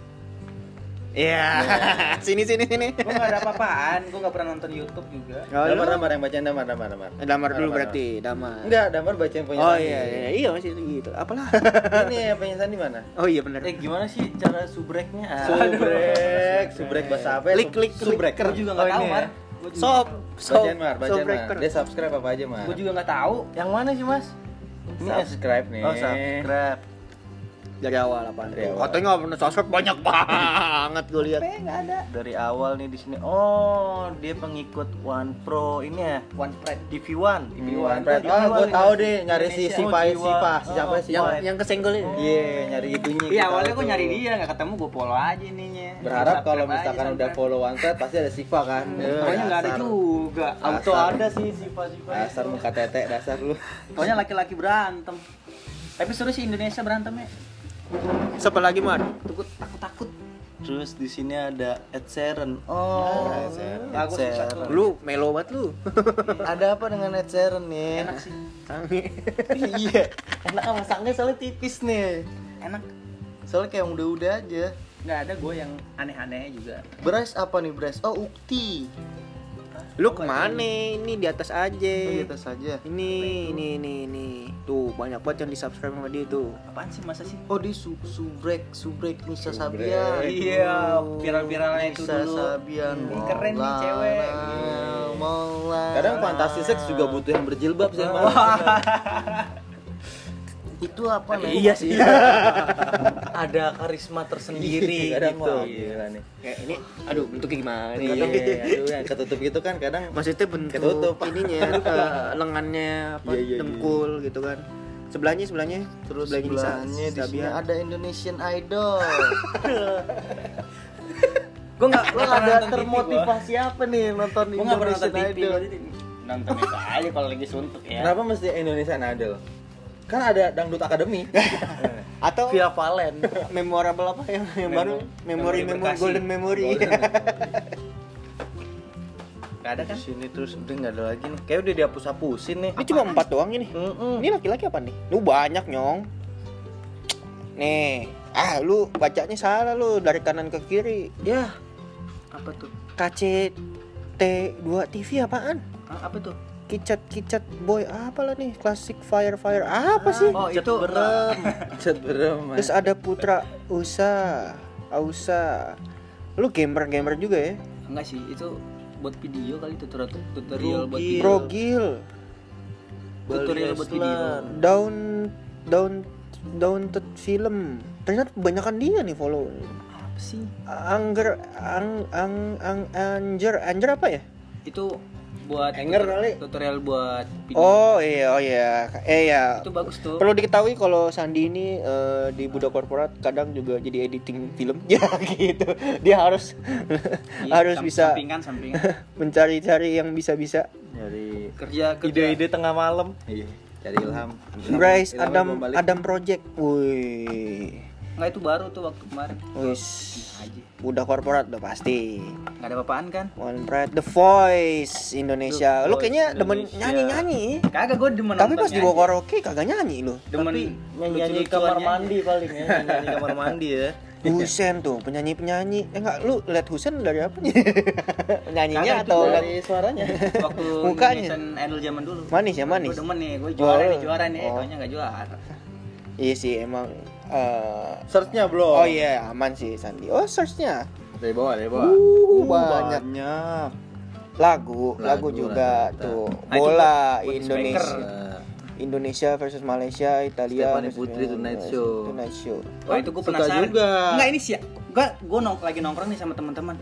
Iya. sini sini sini. Gue gak ada apa-apaan, gue gak pernah nonton YouTube juga. Oh, Damar, lu? damar yang bacain damar, damar, damar. Eh, Damar dulu berarti, Damar. Enggak, damar bacain punya Oh Sandi. iya, iya, iya masih gitu. Apalah. Ini punya Sandi mana? Oh iya benar. Eh gimana sih cara subreknya? Ah. Subrek, subrek bahasa apa? ya? Klik, klik, klik. Subreker. Gue juga gak Oh, tahu, ini ya? Mar. Gua juga Sop, sop. Bacain Mar, bacain Mar. Sobreker. Dia subscribe apa aja Mar? Gue juga gak tahu. Yang mana sih mas? Ini Subscribe nih. Oh subscribe. Dari awal apa? Dari awal. Katanya nggak pernah subscribe banyak banget gue lihat. Gak ada. Dari awal nih di sini. Oh dia pengikut One Pro ini ya. One Spread. T V One. T V One. Oh, gue tahu deh nyari si Indonesia. Sipa, Oh, Jiwa. Sipa, siapa Oh, sih? Yang White. yang kesenggol ini. Iya, nyari itunya. Iya kita awalnya tahu gue nyari tuh. dia, gak ketemu gue follow aja ininya. Berharap Subscribe kalau aja, misalkan udah subscribe. follow one thread pasti ada Sipa kan. Eh, Pokoknya gak ada dasar. juga. Auto Dasar. ada sih Sipa-Sipa. Dasar muka tete, dasar lu. Pokoknya laki-laki berantem. Tapi seru sih Indonesia berantemnya. Siapa lagi Mar? Takut takut-takut. Terus di sini ada Ed Sheeran. Oh, Ed Sheeran. Ed Bagus, Sheeran. Lu melo banget lu. Ada apa dengan Ed Sheeran nih? Enak sih. Sange. Iya. Enak sama sangnya soalnya tipis nih. Enak. Soalnya kayak udah-udah aja. Nggak ada gue yang aneh-aneh juga. Beras apa nih beras? Oh Ukti. Lu kemana? Ini di atas aja. Oh, di atas aja. Ini, ini, ini, ini. Tuh banyak banget yang di subscribe sama dia tuh. Apaan sih masa sih? Oh di su subrek subrek Nisa Subrek. Sabian. Iya, viral-viralnya itu Nisa dulu. Sabian. Ih, keren nih cewek. Maulana. Kadang fantasi seks juga butuh yang berjilbab sih emang. Itu apa nih? Iya sih. Ada karisma tersendiri Kadang gitu. wah, gila nih. Kayak ini, aduh bentuknya gimana nih? Iya, aduh yang ketutup gitu kan kadang Maksudnya bentuk Ketutup. ininya, eh, lengannya apa, Iya, iya, iya. dengkul gitu kan. Sebelahnya, sebelahnya, Terus sebelahnya Nisa sebelahnya di sini Sabian. ada Indonesian Idol. Gue nggak Lo ada termotivasi apa nih nonton Gue nggak pernah nonton Indonesian T V. Idol? Nonton itu aja kalau lagi suntuk ya. kenapa mesti Indonesian Idol? Kan ada Dangdut Academy. Atau Via Valen. memorable apa yang, yang baru? Memori Memory, memory, Bekasi. golden memory. Gak ada Di kan? sini terus udah nggak ada lagi nih. Kayak udah dihapus-hapusin nih. Ini cuma empat doang ini. Mm-mm. Ini laki-laki apa nih? Lu banyak nyong. Nih, ah lu bacanya salah lu dari kanan ke kiri. Ya. Apa tuh? K C T dua T V apaan? Ah, apa tuh? Kicat kicat boy apalah nih? Classic fire fire apa sih? Oh Cet itu berem. Cet berem. Terus ada Putra Usa, Ausa. Lu gamer-gamer juga ya? enggak sih itu buat video kali tutorial tutorial buat Brogil. video. Brogil. Tutorial buat video. Down down down to film. Ternyata kebanyakan dia nih follow. Apa sih? Angger ang ang ang Anger Anger apa ya? Itu buat Anger tutor- kali. tutorial buat video. Oh iya oh iya. Eh ya. Itu bagus tuh. Perlu diketahui kalau Sandi ini eh, di Budak Korporat kadang juga jadi editing film. Ya gitu. Dia harus Iya, harus sam- bisa sampingan sampingan. mencari-cari yang bisa-bisa. Dari Kerja kerja. Ide-ide tengah malam. iya, cari ilham. Ilham- Bryce ilhamnya Adam belum balik. Adam Project. Wih. Enggak, itu baru tuh waktu kemarin. Wis. Aja. Budak Korporat udah pasti. Enggak ada apa-apaan kan? One Pride The Voice Indonesia. The Lu kayaknya Voice demen Indonesia. nyanyi-nyanyi. Kagak, gue demen Tapi pas nontonnya di aja. karaoke kagak nyanyi lu. Demen Tapi nyanyi-nyanyi kamar lucu-lucuannya mandi paling ya, nyanyi kamar mandi ya. Husen tuh penyanyi-penyanyi. Eh enggak, lu lihat Husen dari apanya? Nyanyinya Kagak, itu atau dari lihat Dari suaranya. waktu Mukanya. Indonesian Idol zaman dulu. manis ya manis? Gue demen nih, gue juara Oh. nih, juara nih, Oh. taunya enggak juara. Iya sih emang eh, Searchnya belum. oh iya aman sih Sandi. Oh searchnya Dari bawah, dari bawah. uh, banyak Banyak. lagu, lagu, Lagu, juga rata-rata. tuh. Ah, itu Bola buat- buat Indonesia. speaker. Eh, Indonesia versus Malaysia, Italia Stephanie versus Putri Tonight Show. Tonight Show. Wah, itu gue suka penasaran. juga. Enggak, ini sih. Enggak, gue nong lagi nongkrong nih sama teman-teman.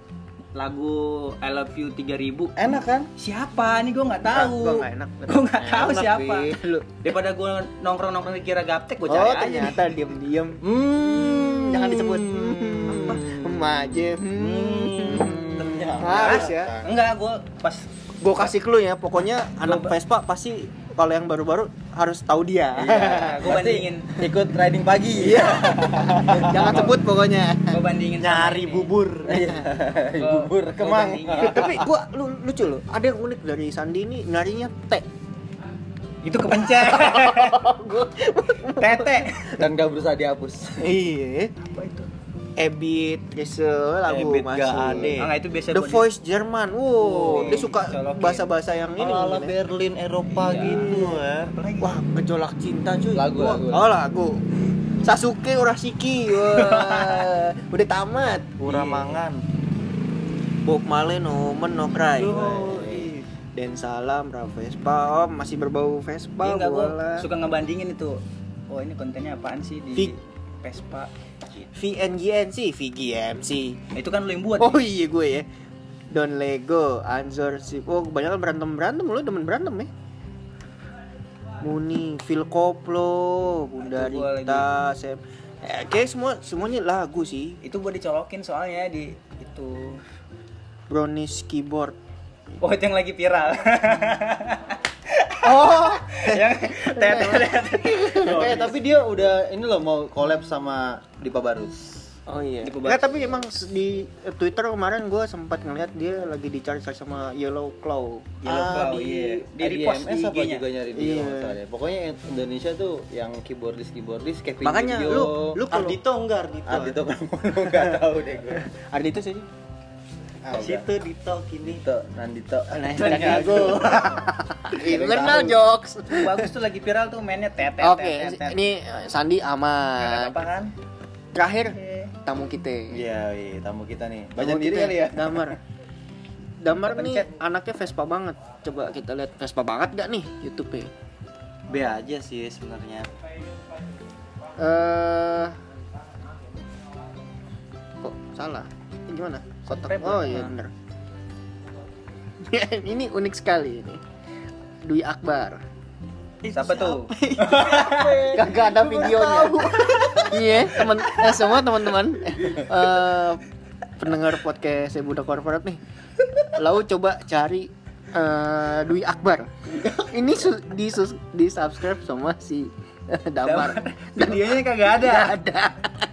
Lagu I Love You tiga ribu. Enak kan? Siapa? Ini gue nggak tahu. Gua enggak enak. Gue nggak tahu Enak, siapa. Pi. Lu. Daripada gue nongkrong-nongkrong dikira gaptek, gue Oh, cari aja. ternyata diam-diam. Hmm. Jangan disebut. Hmm. Hmm aja. Hmm. Ternyata. Harus ya. Enggak, gue pas Gue kasih clue ya, pokoknya anak Vespa pasti kalau yang baru-baru harus tahu dia. gue bandingin, Ikut riding pagi. Iya. Jangan sebut pokoknya. gue bandingin sama Nyari ini. bubur. Gua- Bubur gua Kemang. bandingin. Tapi gua lu, lucu loh. Ada yang unik dari Sandi ini nyarinya T. Itu kepencet. Tete. Dan gak berusaha dihapus. Iya. Apa itu? Ebit, Rizal, lagu Ebit masih. gak ada. Ah, itu biasa The gua- Voice Jerman. Wow, Oh, dia suka colokin. bahasa-bahasa yang ini. Ala mungkin ya. Berlin Eropa Iya. gitu ya. Apalagi? Wah, gejolak cinta cuy. Lagu, Wah, lagu. Oh, lagu. Sasuke Urashiki. Wah, udah tamat. Pura Iya. mangan. Bob Marley no Men no Cry. Yoi. Dan Salam Ra Vespa. Oh, masih berbau Vespa. Iya, enggak, gue bola. suka ngebandingin itu. Oh, ini kontennya apaan sih di Fik. Vespa? V N G N C, V G M C. Itu kan lu yang buat. Oh iya gue ya. Don Lego, Anzor Sip. Oh kebanyakan berantem berantem lu demen berantem ya. Muni, Phil Koplo, Bunda Itu gua Rita, Sam. Eh, kayak semua semuanya lagu sih. Itu gue dicolokin soalnya di itu. Brownies Keyboard. Oh, itu yang lagi viral. Oh, yang tete Eh tapi dia udah ini loh mau collab sama Dipa Barus. oh iya. Di Pebas. Nggak, tapi emang di eh, Twitter kemarin gue sempat ngeliat dia lagi dicari-cari sama Yellow Claw. Yellow Claw, di, iya. Di di repost M S di apa I G-nya. juga nyari dia Iya. masalahnya. Pokoknya Indonesia tuh yang keyboardis keyboardis Kevin Makanya Gilgio. lu lu kalau Ardito enggak Ardito? Ardito Pramono nggak tahu deh gue. Ardito sih. Ah, udah. Situ Dito kini. Dito, Nandito. Nah, Jago. Itu kenal jokes. Bagus tuh lagi viral tuh mainnya tete Oke, tete, tete. ini eh, Sandi Nggak ada aman. apa kan? Terakhir Oke. tamu kita. Iya, iya, tamu kita nih. Tamu Baca diri kita, kali ya. Damar. Damar nih Pencet. anaknya Vespa banget. Coba kita lihat Vespa banget gak nih YouTube-nya? B aja sih sebenarnya. Eh kok salah? Ini gimana? Kotak. Subscribe, Oh Bro. iya Nah. bener. Ini unik sekali ini. Dwi Akbar. Siapa tuh? Kagak ada videonya. Iya, teman eh, semua teman-teman eh, pendengar podcast Budak Korporat nih. Lalu coba cari eh, Dwi Akbar. Ini su- di sus- di subscribe sama si eh, Damar. Videonya kagak ada. Nggak ada.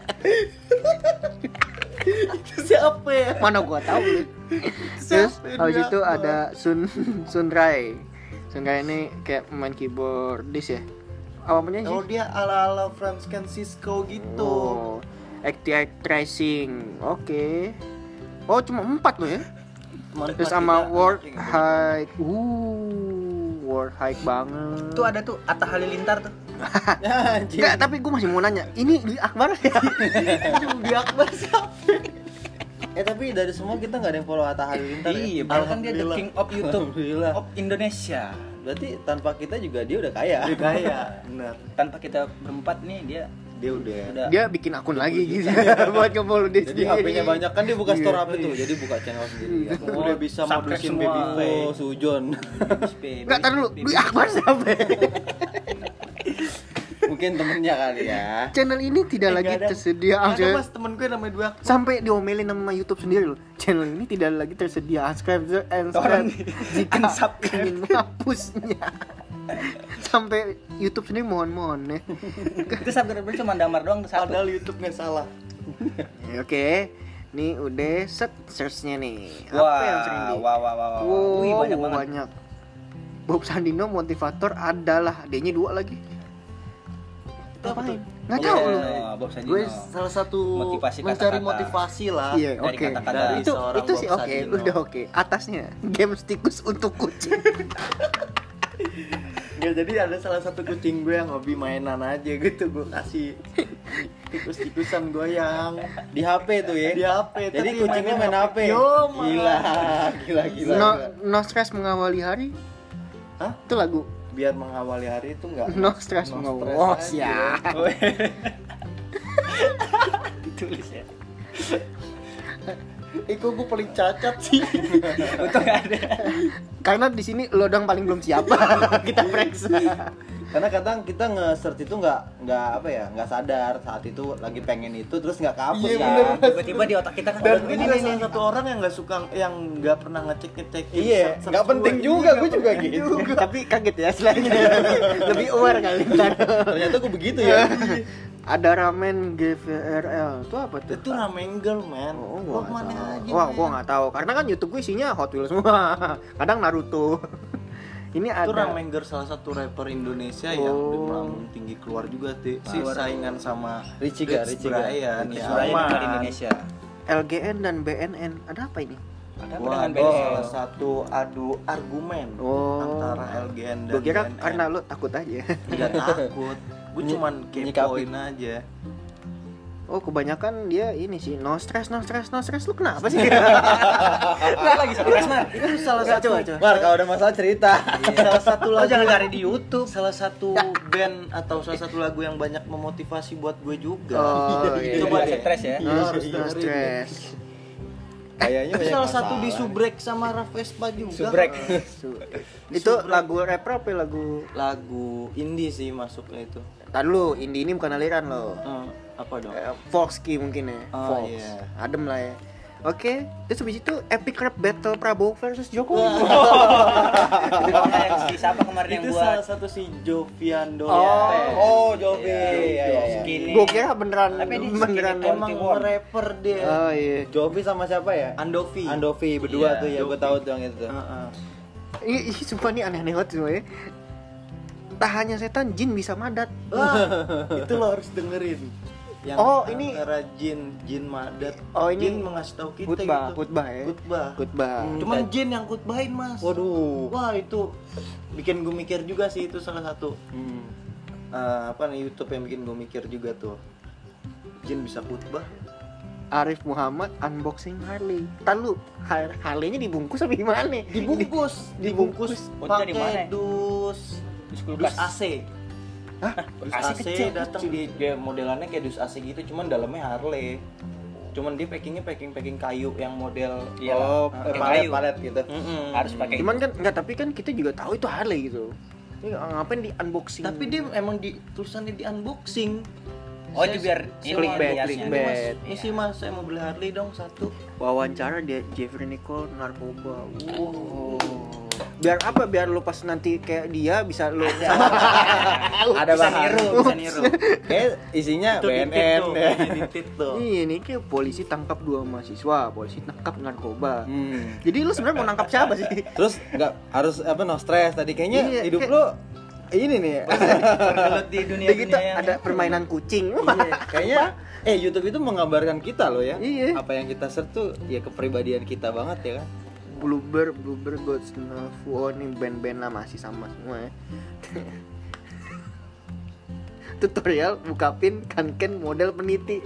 Siapa ya? Mana gua tahu. Lu. Terus habis itu ada Sun Sunrai. Sunrai ini kayak main keyboardis ya. Apa namanya Oh sih? dia ala-ala Francisco gitu. Oh, Active Tracing. Oke. Oh, cuma empat loh ya. Teman Terus kita sama World anjing. Hike. Uh, World Hike banget. Tuh ada tuh Atta Halilintar tuh. Anjing. Enggak, tapi gue masih mau nanya. Ini di Akbar ya? Di Akbar siapa? Eh tapi dari semua kita nggak ada yang follow Atta Halilintar ya? Iya, padahal kan dia the Alhamdulillah. king of YouTube Alhamdulillah. of Indonesia. Berarti tanpa kita juga dia udah kaya. Kaya, benar. Tanpa kita berempat nih dia Dia udah. udah Dia bikin akun lagi gitu buat nge-follow dia Jadi H P-nya banyak kan dia buka store H P tuh. Jadi buka channel sendiri. Ya. Udah bisa subscribe modusin semua. baby face. Oh, Sujon. Enggak, tar dulu. Dwi Akbar siapa? Mungkin temennya kali ya. Channel ini tidak lagi Nggak ada. tersedia Ada Anjay. mas temen gue namanya Dwi Akbar. Sampai diomelin sama YouTube sendiri loh. Channel ini tidak lagi tersedia unsubscribe and Orang subscribe jika unsubscribe. ingin menghapusnya. Sampai YouTube sendiri mohon-mohon ya. Itu subscriber cuma damar doang tuh satu. Padahal YouTube nggak salah. Ya, Oke. Nih udah set search-nya nih. Wah, Apa yang sering di? wah, wah, wah, wah. Wow, Wih, banyak banget. banyak. Bob Sandino motivator adalah D-nya dua lagi. Itu apa tuh? Nggak tahu lu. Oh, Bob Sandino. Gue salah satu Motivasi mencari kata-kata. motivasi lah. Iya, Dari oke. kata-kata. Dari Itu seorang itu sih Bob oke, Sadino. udah oke. Atasnya games tikus untuk kucing. Nggak, jadi ada salah satu kucing gue yang hobi mainan aja gitu. Gue kasih tikus-tikusan gue yang Di H P tuh ya. di H P. Jadi tapi kucingnya main H P. Yo, Gila, gila, gila. No, gila. no stress mengawali hari. Hah? Itu lagu. Biar mengawali hari itu enggak No stress no mengawali. stress Oh, aja. siap. Ditulis ya. Iko gue paling cacat sih. Untung nggak ada. Karena di sini lo dong paling belum siap. Kita periksa. Karena kadang kita nge-search itu nggak nggak apa ya, nggak sadar saat itu lagi pengen itu terus nggak kehapus Iya, kan. bener. Tiba-tiba di otak kita kan Dan ini ini nih, salah nih. satu orang yang nggak suka, yang nggak pernah ngecek ngecek. Iya, nggak penting juga, gue juga gitu. Tapi kaget ya selainnya. Lebih aware kali ntar. Ternyata gue begitu ya. Ada ramen G V R L. Itu apa tuh? Itu ramen girl man. Oh, Gua gua kemana nggak tahu. aja? Wah, men? gua nggak tahu. Karena kan YouTube gue isinya Hot Wheels semua. Kadang Naruto. Ini Itu ada ramen girl salah satu rapper Indonesia Oh. yang udah melambung tinggi keluar juga tuh. Si Keluar. saingan sama Richie ga, Rich Richie ga. Brian. Richie Ya, Suraya aman. di Indonesia. L G N dan B N N. Ada apa ini? Ada apa Wah, dengan itu B N N? salah satu adu argumen Oh. antara L G N dan Gue kira B N N. karena lo takut aja. Nggak takut, gue Ny- cuman nyikapin. kepoin aja. Oh, kebanyakan dia ini sih no stress, no stress, no stress. Lu kenapa sih? Lu lagi stres, Mar. Itu salah Nggak, satu coba, coba. Mar, kalau ada masalah cerita. salah satu Lo lagu jangan cari di YouTube. salah satu band atau salah satu lagu yang banyak memotivasi buat gue juga. Oh, iya. Itu buat stres ya. No, harus no dengerin. stress. Kayaknya Itu banyak salah satu di masalah. Subrek sama Ravespa juga. Subrek. Itu lagu rapper apa lagu? Lagu indie sih masuknya itu. Tadi lu indie ini bukan aliran lo. Eh, apa dong? Eh, Folksy mungkin ya. Oh, Folks. iya. Adem lah ya. Oke, terus habis itu Epic Rap Battle Prabowo versus Jokowi. Pokoknya yang si siapa kemarin yang Itu buat salah satu si Jovian Dolo. Oh. Oh, Jovi. Iya, Iya, iya, iya. Skinny. Gue kira beneran Tapi dia beneran. skinny Emang Twenty-one. rapper dia. Oh iya. Jovi sama siapa ya? Andovi. Andovi berdua Iya, tuh ya, gue Jovi. tahu tuh yang itu tuh. Heeh. Ih, ih, sumpah nih aneh-aneh banget semua ya. Tak hanya setan, jin bisa madat. Wah, itu lo harus dengerin. Yang Oh, ini- antara jin, jin madat. Oh, ini jin mengasih tahu kita khutbah, gitu. khutbah ya. Khutbah. Khutbah. Hmm. Cuman jin yang khutbahin, Mas. Waduh. Wah, itu bikin gue mikir juga sih, itu salah satu Hmm. eh, apa nih YouTube yang bikin gue mikir juga tuh. Jin bisa khutbah. Arif Muhammad unboxing Harley. Tan lu, Har- Harley-nya dibungkus apa gimana? Dibungkus, dibungkus Oh, dari mana? pakai dus Dus dus kulkas. A C. Hah? Dus A C A C kecil, datang kecil. di dia modelannya kayak dus A C gitu, cuman dalamnya Harley. Cuman dia packingnya packing packing kayu yang model Iya. Oh, Pakai palet kayu. palet gitu. Mm-mm. Harus pakai. Cuman kan enggak, tapi kan kita juga tahu itu Harley gitu. Ini ngapain di unboxing? Tapi dia emang di tulisannya di unboxing. Oh, itu biar ini Clickbait, hiasnya. clickbait. Mas, isi mas, saya mau beli Harley dong satu. wawancara dia Jeffrey Nicole narkoba. Wow. Biar apa? Biar lu pas nanti kayak dia bisa lu Ada Bisa bahan. niru, bisa niru. Kayak isinya Itu B N ditit N. tuh, ini ditit tuh. Iya nih kayak polisi tangkap dua mahasiswa, polisi tangkap narkoba. Hmm. Jadi lu sebenarnya mau nangkap siapa sih? Terus nggak harus apa no stress tadi kayaknya Iya, hidup kayak- lu ini nih. Bergelut di dunia Jadi kita dunia yang ada permainan kucing. Iya, kayaknya eh YouTube itu menggambarkan kita loh ya. Iya. Apa yang kita search tuh ya kepribadian kita banget ya kan. Bluebird, Bluebird, God's Love, oh ini band-band lah masih sama semua ya. tutorial buka pin kanken model peniti.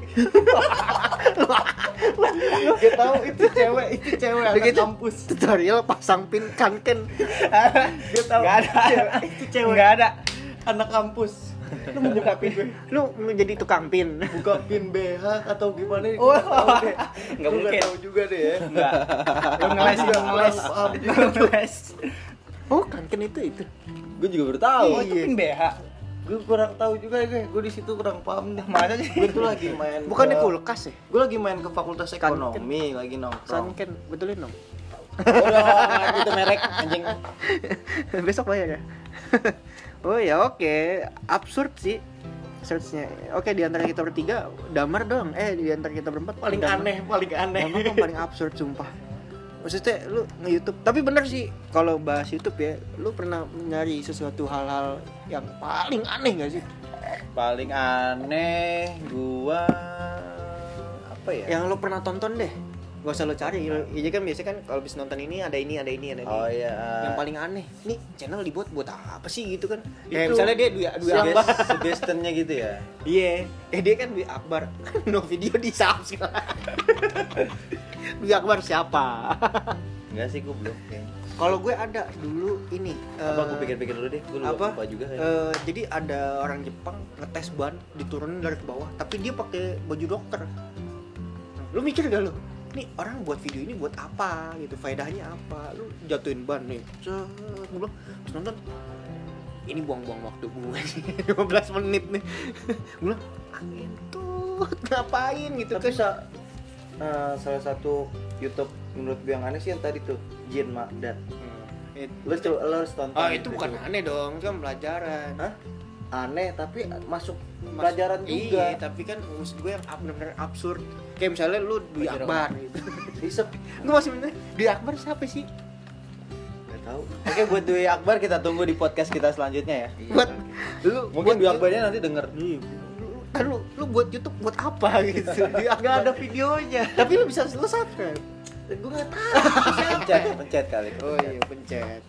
Gak tahu itu cewek, itu cewek anak Begitu, kampus. tutorial pasang pin kanken. Gak tahu. Nggak ada. Cewek, itu cewek. Nggak ada. Anak kampus. Lu mau buka pin gue? Lu menjadi tukang pin. Buka pin B H atau gimana? Gue Oh. nggak tahu deh. Nggak Gue mungkin. tahu juga deh ya. Enggak. Lu ngeles, lu ngeles. Paham. Lu ngeles. Oh, kanken itu itu. Gue juga baru tahu. Oh, itu pin B H. Gue kurang tahu juga ya, gue. Gue di situ kurang paham deh. Masa sih? Gue tuh lagi main. Bukannya ke- kulkas ya? Gue lagi main ke Fakultas Kanken. Ekonomi, lagi nongkrong. Sanken, betulin dong. Udah gitu merek anjing. Besok bayar ya. Oh ya oke, absurd sih searchnya. Oke, di antara kita bertiga, Damar dong. Eh di antara kita berempat Paling Damar. aneh, paling aneh. Damar kan paling absurd sumpah. Maksudnya lu nge-YouTube, tapi bener sih kalau bahas YouTube ya, lu pernah nyari sesuatu hal-hal yang paling aneh gak sih? Paling aneh gua apa ya? Yang lu pernah tonton deh. Gak usah lu cari. Iya kan biasanya kan kalau habis nonton ini ada ini, ada ini, ada ini. Oh iya. Yang paling aneh, nih channel dibuat buat apa sih gitu kan? Itu Kayak misalnya dia Dwi Dwi Sugest- Akbar. suggestionnya gitu ya. Iya, eh dia kan Dwi Akbar. No video di subscribe. Dwi Akbar siapa? Enggak sih, gua belum kayaknya. Kalau gue ada dulu ini. Apa eh, gua pikir-pikir dulu deh, gua lupa, apa? lupa juga. kayaknya. Eh, jadi ada orang Jepang ngetes ban diturunin dari ke bawah, tapi dia pakai baju dokter. Lu mikir gak lu? Nih orang buat video ini buat apa gitu? Faedahnya apa? Lu jatuhin ban nih. Set, gue bilang, terus nonton. Ini buang-buang waktu gue sih. lima belas menit nih. Gue bilang, angin tuh ngapain gitu Tapi kan? sa eh, salah satu YouTube menurut gue yang aneh sih yang tadi tuh Jin Magdat. Lu coba lu harus tonton. Ah itu bukan aneh dong, itu kan pelajaran. Hah? Aneh tapi masuk Mas- pelajaran juga. Iya, tapi kan maksud gue yang ab- bener-bener absurd. Kayak misalnya lu Dwi Pelajaran. Akbar gitu. Bisa Gue masih bener, Dwi Akbar siapa sih? nggak tahu. Oke, buat Dwi Akbar kita tunggu di podcast kita selanjutnya ya. Buat lu Mungkin Dwi buat- Akbarnya nanti denger. Kan lu, lu buat YouTube buat apa gitu? Dwi Nggak Akbar. ada videonya. Tapi lu bisa lu subscribe. Gue nggak tahu. Pencet, pencet kali. Oh iya, pencet.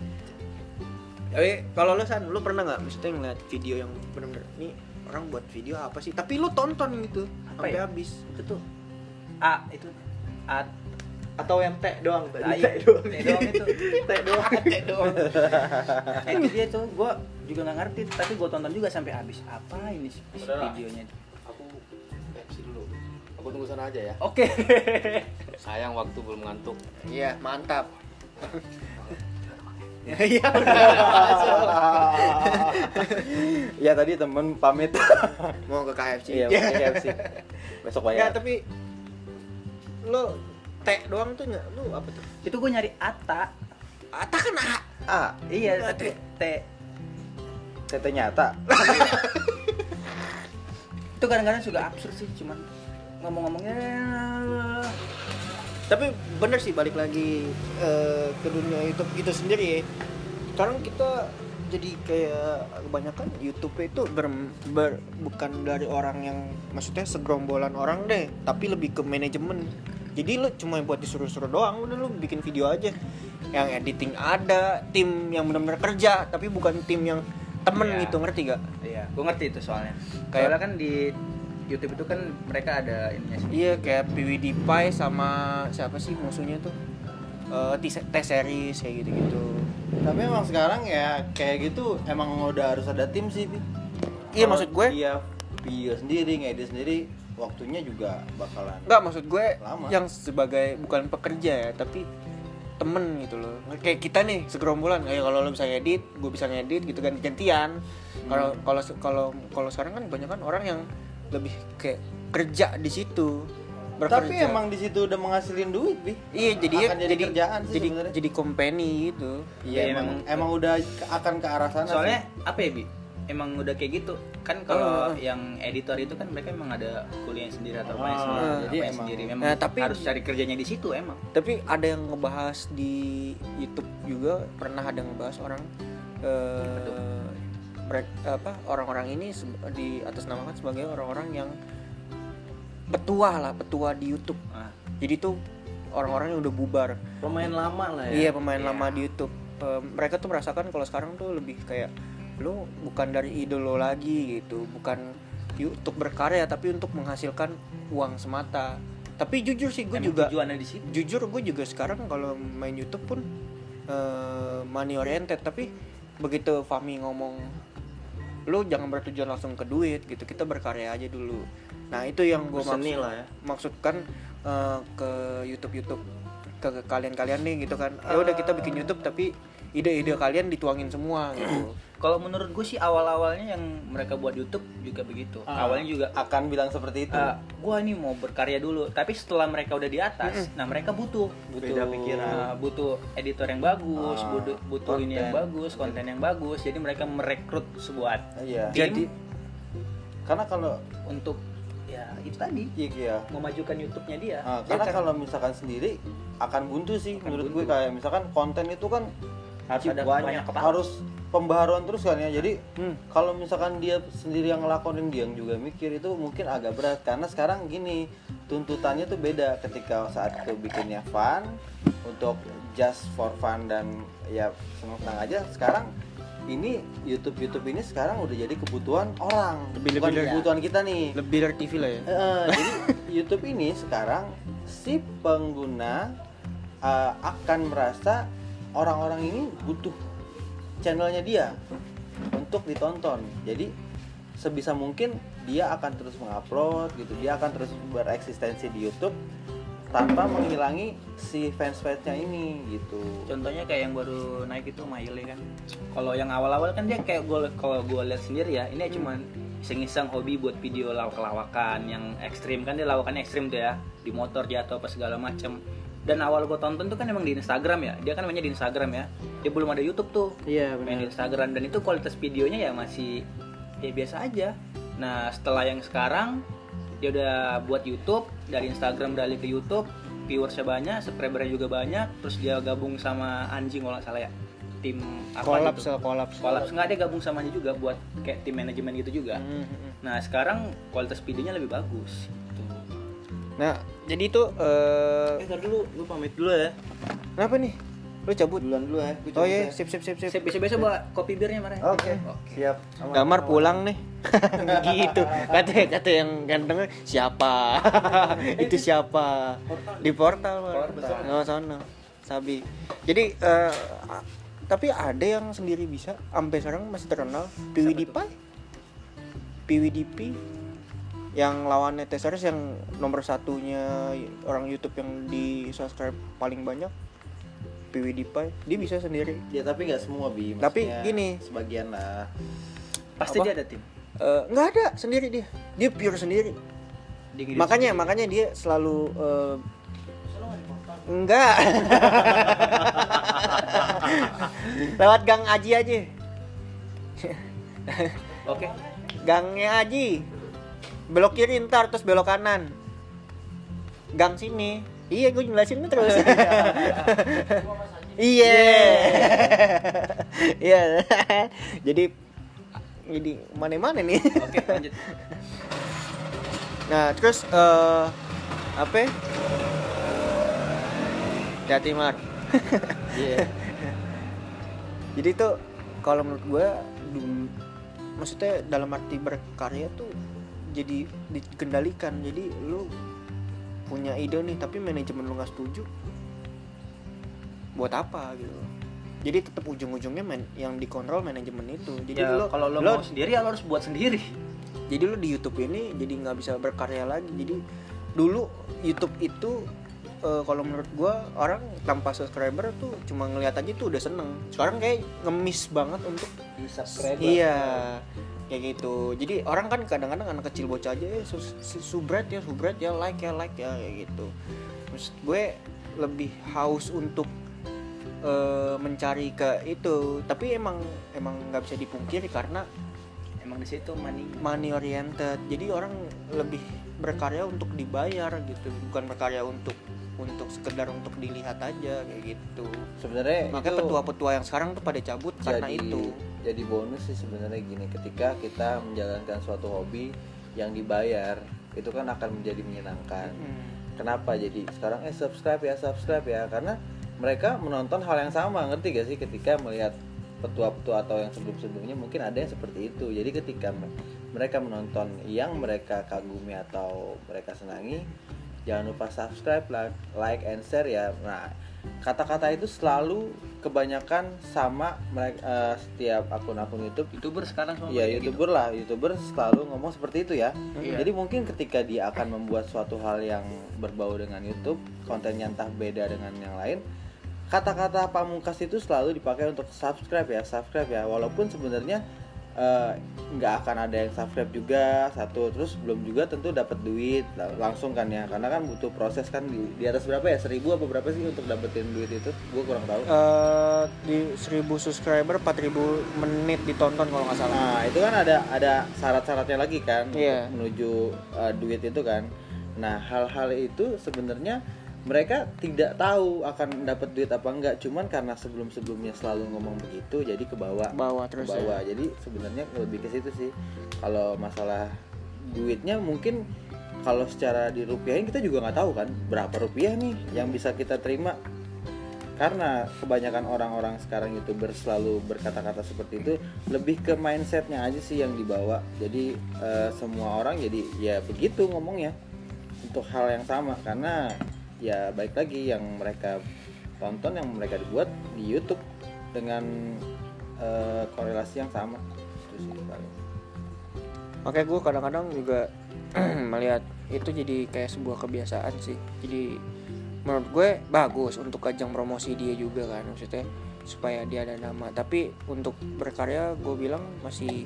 Tapi kalau lu San, lu pernah nggak maksudnya ngeliat video yang bener-bener nih orang buat video apa sih? Tapi lu tonton gitu Apa sampai ya? habis. Itu tuh A itu A Atau yang teh doang tadi. Ah, Teh iya. doang. Teh doang itu. Teh doang. Teh doang. Eh, itu dia tuh, gue juga nggak ngerti, tapi gue tonton juga sampai habis. Apa ini sih Udah lah. videonya? Aku M C dulu. Aku tunggu sana aja ya. Oke. Sayang waktu belum ngantuk. Iya, mantap. Ya, Iya. Ya tadi temen pamit. Mau ke K F C. Iya, ke K F C. Besok Enggak, bayar. tapi lu teh doang tuh nggak? Lu apa tuh? Itu gue nyari Ata. Ata kan A. Ah, Iya, Nggak, tapi T. tete nyata. Itu kadang-kadang juga absurd sih, cuman ngomong-ngomongnya. Tapi bener sih balik lagi eh, ke dunia YouTube itu sendiri ya. Sekarang kita jadi kayak kebanyakan YouTube itu ber, ber- bukan dari orang yang maksudnya segerombolan orang deh, tapi lebih ke manajemen. Jadi lu cuma buat disuruh-suruh doang, udah lu bikin video aja. Yang editing ada, tim yang benar-benar kerja, tapi bukan tim yang temen Iya. gitu, ngerti gak? Iya, gue ngerti itu soalnya. Kayak- Soalnya kan di YouTube itu kan mereka ada ininya sih. Iya, kayak PewDiePie sama siapa sih musuhnya tuh? Eh, T- T-series kayak gitu-gitu. Tapi emang sekarang ya kayak gitu emang udah harus ada tim sih. Bi. Iya, Kalau maksud gue dia video sendiri, ngedit sendiri, waktunya juga bakalan. enggak, maksud gue Lama. yang sebagai bukan pekerja ya, tapi temen gitu loh. Kayak kita nih segerombolan, kayak kalau lo bisa ngedit, gue bisa ngedit gitu kan gantian. Kalau kalau kalau kalau sekarang kan banyak kan orang yang lebih kayak kerja di situ. Tapi Bekerja. emang di situ udah menghasilin duit, Bi. iya jadi akan jadi jadi kerjaan sih jadi sebenarnya. jadi company gitu. Iya, Iya, emang, emang- emang udah ke- akan ke arah sana. Soalnya sih. apa ya, Bi? Emang udah kayak gitu. Kan kalau Oh. yang editor itu kan mereka emang ada kuliah sendiri atau apa Oh, sendiri, jadi apa emang- sendiri. Memang Nah, tapi- harus cari kerjanya di situ emang. Tapi ada yang ngebahas di YouTube juga, pernah ada ngebahas orang eh mereka apa orang-orang ini se- di atas namakan sebagai orang-orang yang petua lah, petua di YouTube. Ah. Jadi tuh orang-orang yang udah bubar. pemain lama lah ya. Iya, pemain Iya. lama di YouTube. Eh, mereka tuh merasakan kalau sekarang tuh lebih kayak lu bukan dari ide lo lagi gitu, bukan untuk berkarya tapi untuk menghasilkan uang semata. Tapi jujur sih gue juga tujuannya di situ. jujur gue juga sekarang kalau main YouTube pun uh, money oriented, tapi begitu Fahmi ngomong lu jangan bertujuan langsung ke duit gitu, kita berkarya aja dulu. Nah itu yang gue maksud, lah ya. maksudkan uh, ke YouTube YouTube ke kalian-kalian nih gitu kan. Ya udah kita bikin YouTube tapi ide-ide kalian dituangin semua gitu. Kalau menurut gue sih awal-awalnya yang mereka buat YouTube juga begitu. Ah. Awalnya juga Akan bilang seperti itu. uh, gue ini mau berkarya dulu. Tapi setelah mereka udah di atas, nah mereka butuh butuh Beda pikiran. uh, butuh editor yang bagus, Ah, butuh butuh ini yang konten. bagus, konten yang bagus. Jadi mereka merekrut sebuah Iya. tim Jadi Karena kalau untuk ya itu tadi iya, memajukan YouTube-nya dia. ah, karena kalau misalkan sendiri akan buntu sih Akan menurut buntu. gue. Kayak misalkan konten itu kan Harus ada banyak. banyak kepala. harus pembaharuan terus kan ya. Jadi Hmm. kalau misalkan dia sendiri yang ngelakonin, dia yang juga mikir, itu mungkin agak berat. Karena sekarang gini, tuntutannya tuh beda. Ketika saat itu bikinnya fun, untuk just for fun dan ya senang-senang aja. Sekarang ini YouTube YouTube ini sekarang udah jadi kebutuhan orang, Lebih- bukan lebih dari- kebutuhan kita nih. lebih dari T V lah ya. Eh, jadi YouTube ini sekarang si pengguna eh, akan merasa orang-orang ini butuh channelnya dia untuk ditonton. Jadi sebisa mungkin dia akan terus mengupload gitu, dia akan terus bereksistensi di YouTube tanpa menghilangi si fans-fansnya ini gitu. Contohnya kayak yang baru naik itu Maile kan. Kalau yang awal-awal kan dia kayak gue kalau gue lihat sendiri ya, ini cuma iseng-iseng hobi buat video lawak-lawakan yang ekstrim kan, dia lawakannya ekstrim tuh ya, di motor jatuh apa segala macem. Dan awal gue tonton tuh kan emang di Instagram ya, dia kan mainnya di Instagram ya, dia belum ada YouTube tuh, Iya main di Instagram, dan itu kualitas videonya ya masih ya biasa aja. Nah setelah yang sekarang dia udah buat YouTube, dari Instagram beralih ke YouTube, viewersnya banyak, subscribernya juga banyak, terus dia gabung sama Anjing kalau nggak salah ya, tim apa Kolaps gitu. lah, kolaps. Kolaps nggak, dia gabung sama dia juga buat kayak tim manajemen gitu juga. Hmm, hmm. Nah sekarang kualitas videonya lebih bagus. Gitu. Nah, jadi itu eh Eh, ntar dulu, gue pamit dulu ya. kenapa nih? Lu cabut. Duluan dulu ya. Gua Oh cabut iya, ya. sip sip sip sip. Saya biasa-biasa bawa kopi birnya marah. Oke. Siap. Aman. Damar pulang nih. Gitu. Kata kata yang ganteng siapa? Itu siapa? Di portal, Portal. Oh, sana. Sabi. Jadi eh, tapi ada yang sendiri bisa sampai sekarang masih terkenal, PewDiePie. PewDiePie yang lawannya Tesaurus yang nomor satunya orang YouTube yang di subscribe paling banyak, PewDiePie. Dia bisa sendiri. Ya tapi nggak semua bi. Tapi Maksudnya gini. sebagian lah. Pasti Apa? dia ada tim. Eh, nggak ada sendiri dia. Dia pure sendiri. Dia gitu Makanya makanya dia selalu eh, enggak. Lewat Gang Aji aja. Oke. Gangnya Aji. Belok kiri ntar terus belok kanan. Gang sini. Iya, gue jelasin terus. Iya. Iya. Jadi jadi mana-mana nih. Oke, lanjut. Nah, terus eh apa? ya? Hati Mar. Iya. Jadi tuh kalau menurut gue dulu, maksudnya dalam arti berkarya tuh jadi dikendalikan. Jadi lu punya ide nih tapi manajemen lu nggak setuju, buat apa gitu. Jadi tetap ujung-ujungnya man, yang dikontrol manajemen itu. Jadi Ya, lu kalau lo lu- mau sendiri ya lo harus buat sendiri. jadi lu di YouTube ini jadi nggak bisa berkarya lagi. Jadi dulu YouTube itu eh, kalau menurut gua orang tanpa subscriber tuh cuma ngeliat aja tuh udah seneng. Sekarang kayak ngemis banget untuk Di subscribe. iya kayak gitu. Jadi orang kan kadang-kadang anak kecil bocah aja eh, su- su- subscribe ya subscribe ya like ya like ya kayak gitu. Terus gue lebih haus untuk eh, mencari ke itu. Tapi emang emang nggak bisa dipungkiri karena Emang di situ money. money oriented. Jadi orang lebih berkarya untuk dibayar gitu, bukan berkarya untuk untuk sekedar untuk dilihat aja kayak gitu. Sebenarnya Makanya itu petua-petua yang sekarang tuh pada cabut karena jadi, itu. jadi bonus sih sebenarnya gini, ketika kita menjalankan suatu hobi yang dibayar itu kan akan menjadi menyenangkan. Hmm. Kenapa jadi sekarang eh subscribe ya subscribe ya, karena mereka menonton hal yang sama, ngerti gak sih, ketika melihat petua-petua atau yang sebelum-sebelumnya mungkin ada yang seperti itu. Jadi ketika mereka menonton yang mereka kagumi atau mereka senangi, jangan lupa subscribe, like, like and share ya. Nah, kata-kata itu selalu kebanyakan sama mereka uh, setiap akun-akun YouTube. YouTuber sekarang semua ya kayak YouTuber gitu. lah, YouTuber selalu ngomong seperti itu ya. Iya. Jadi mungkin ketika dia akan membuat suatu hal yang berbau dengan YouTube, kontennya entah beda dengan yang lain, kata-kata pamungkas itu selalu dipakai untuk subscribe ya, subscribe ya. Walaupun sebenarnya nggak uh, akan ada yang subscribe juga satu, terus belum juga tentu dapat duit langsung kan ya, karena kan butuh proses kan di, di atas berapa ya, seribu apa berapa sih untuk dapetin duit itu, gue kurang tahu. Uh, di seribu subscriber empat ribu menit ditonton kalau nggak salah. Nah itu kan ada ada syarat-syaratnya lagi kan, yeah. untuk menuju uh, duit itu kan. Nah hal-hal itu sebenarnya mereka tidak tahu akan dapat duit apa enggak, cuman karena sebelum-sebelumnya selalu ngomong begitu jadi ke bawah bawah terus ke bawah. Ya. Jadi sebenarnya lebih ke situ sih. Kalau masalah duitnya mungkin kalau secara dirupiahin kita juga nggak tahu kan berapa rupiah nih yang bisa kita terima, karena kebanyakan orang-orang sekarang YouTuber selalu berkata-kata seperti itu, lebih ke mindsetnya aja sih yang dibawa. Jadi uh, semua orang jadi ya begitu ngomongnya untuk hal yang sama, karena ya baik lagi yang mereka tonton, yang mereka dibuat di YouTube dengan uh, korelasi yang sama. Itu sih paling. Makanya gue kadang-kadang juga melihat itu jadi kayak sebuah kebiasaan sih. Jadi menurut gue bagus untuk ajang promosi dia juga kan, maksudnya supaya dia ada nama. Tapi untuk berkarya gue bilang masih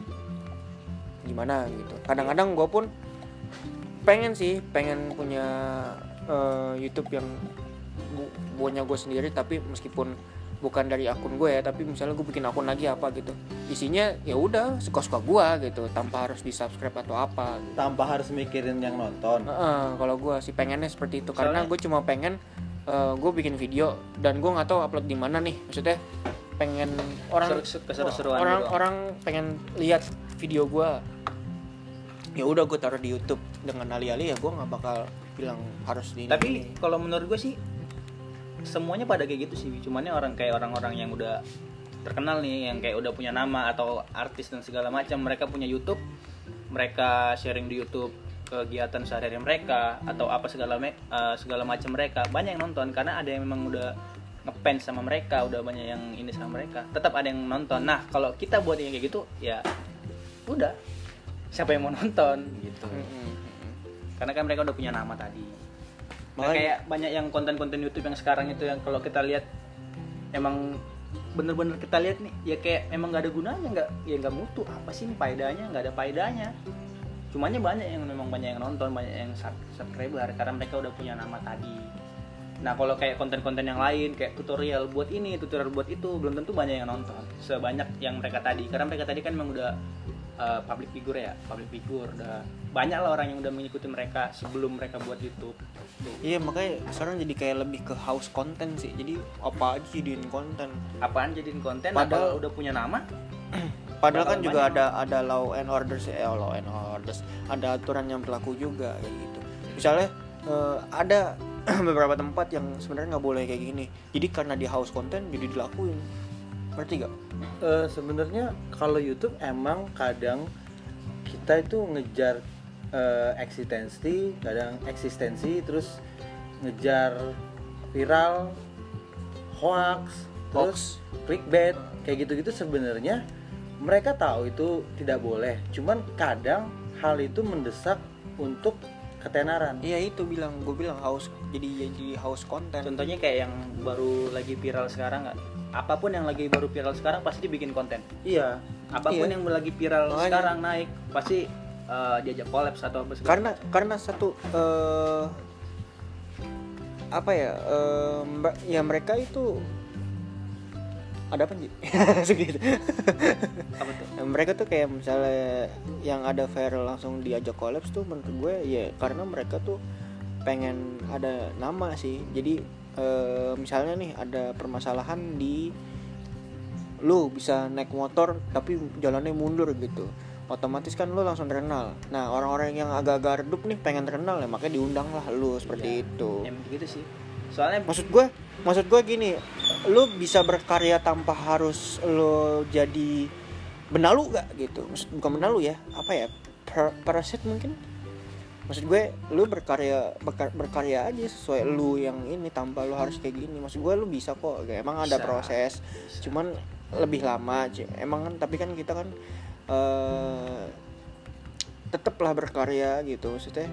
gimana gitu. Kadang-kadang gue pun pengen sih, pengen punya Uh, YouTube yang bu- punya gue sendiri, tapi meskipun bukan dari akun gue ya, tapi misalnya gue bikin akun lagi apa gitu, isinya ya udah suka-suka gue gitu, tanpa harus di subscribe atau apa gitu. Tanpa harus mikirin yang nonton. Uh, kalau gue sih pengennya seperti itu. Soalnya, karena gue cuma pengen uh, gue bikin video dan gue nggak tahu upload di mana nih, maksudnya pengen orang keseru-seruan orang gitu. Orang pengen lihat video gue, ya udah gue taruh di YouTube dengan alih-alih ya gue nggak bakal bilang harus di. Tapi kalau menurut gue sih semuanya pada kayak gitu sih, cumannya orang kayak orang-orang yang udah terkenal nih, yang kayak udah punya nama atau artis dan segala macam, mereka punya YouTube, mereka sharing di YouTube kegiatan sehari-hari mereka atau apa segala uh, segala macam mereka, banyak yang nonton karena ada yang memang udah ngefans sama mereka, udah banyak yang ini sama mereka, tetap ada yang nonton. Nah kalau kita buat yang kayak gitu ya udah, siapa yang mau nonton gitu. Mm-hmm. Karena kan mereka udah punya nama tadi. Nah, kayak banyak yang konten-konten YouTube yang sekarang itu yang kalau kita lihat emang bener-bener kita lihat nih ya kayak emang nggak ada gunanya, nggak ya nggak mutu, apa sih ini faedahnya, nggak ada faedahnya. Cumannya banyak yang memang banyak yang nonton, banyak yang subscriber karena mereka udah punya nama tadi. Nah kalau kayak konten-konten yang lain kayak tutorial buat ini, tutorial buat itu, belum tentu banyak yang nonton sebanyak yang mereka tadi, karena mereka tadi kan memang udah Uh, public figure ya, public figure udah banyak lah orang yang udah mengikuti mereka sebelum mereka buat YouTube. Tuh. Iya makanya sekarang jadi kayak lebih ke house content sih. Jadi apa aja jadiin konten. Apaan jadiin konten? Padahal kalau udah punya nama. Padahal kan juga ada ada law and orders ya, eh, law and orders. Ada aturan yang berlaku juga kayak gitu. Misalnya uh, ada beberapa tempat yang sebenarnya nggak boleh kayak gini. Jadi karena di house content jadi dilakuin. Ngerti gak? Uh, sebenarnya kalau YouTube emang kadang kita itu ngejar uh, eksistensi, kadang eksistensi, terus ngejar viral, hoax, terus clickbait, kayak gitu-gitu. Sebenarnya mereka tahu itu tidak boleh, cuman kadang hal itu mendesak untuk ketenaran. Iya itu bilang, gue bilang house, jadi jadi house content. Contohnya kayak yang baru lagi viral sekarang nggak? Apapun yang lagi baru viral sekarang pasti dibikin konten. Iya. Apapun iya. yang lagi viral Makanya. sekarang naik pasti uh, diajak collabs atau apa segala Karena macam. karena satu uh, apa ya? Uh, ya mereka itu ada apa sih? Segitu. Apa tuh? Mereka tuh kayak misalnya yang ada viral langsung diajak collabs tuh menurut gue ya karena mereka tuh pengen ada nama sih. Jadi e, misalnya nih ada permasalahan di lu bisa naik motor tapi jalannya mundur gitu, otomatis kan lu langsung terkenal. Nah orang-orang yang agak-agak redup nih pengen terkenal ya makanya diundang lah lu seperti ya, itu. Yang begitu sih. Soalnya maksud gue maksud gue gini, lu bisa berkarya tanpa harus lu jadi benalu gak gitu. Maksud bukan benalu ya, apa ya, per, parasit mungkin. Maksud gue lu berkarya berkar, berkarya aja sesuai lu yang ini tanpa lu harus kayak gini. Maksud gue lu bisa kok, kayak emang ada Bisa. proses, cuman lebih lama aja emang kan. Tapi kan kita kan uh, tetaplah berkarya gitu. Maksudnya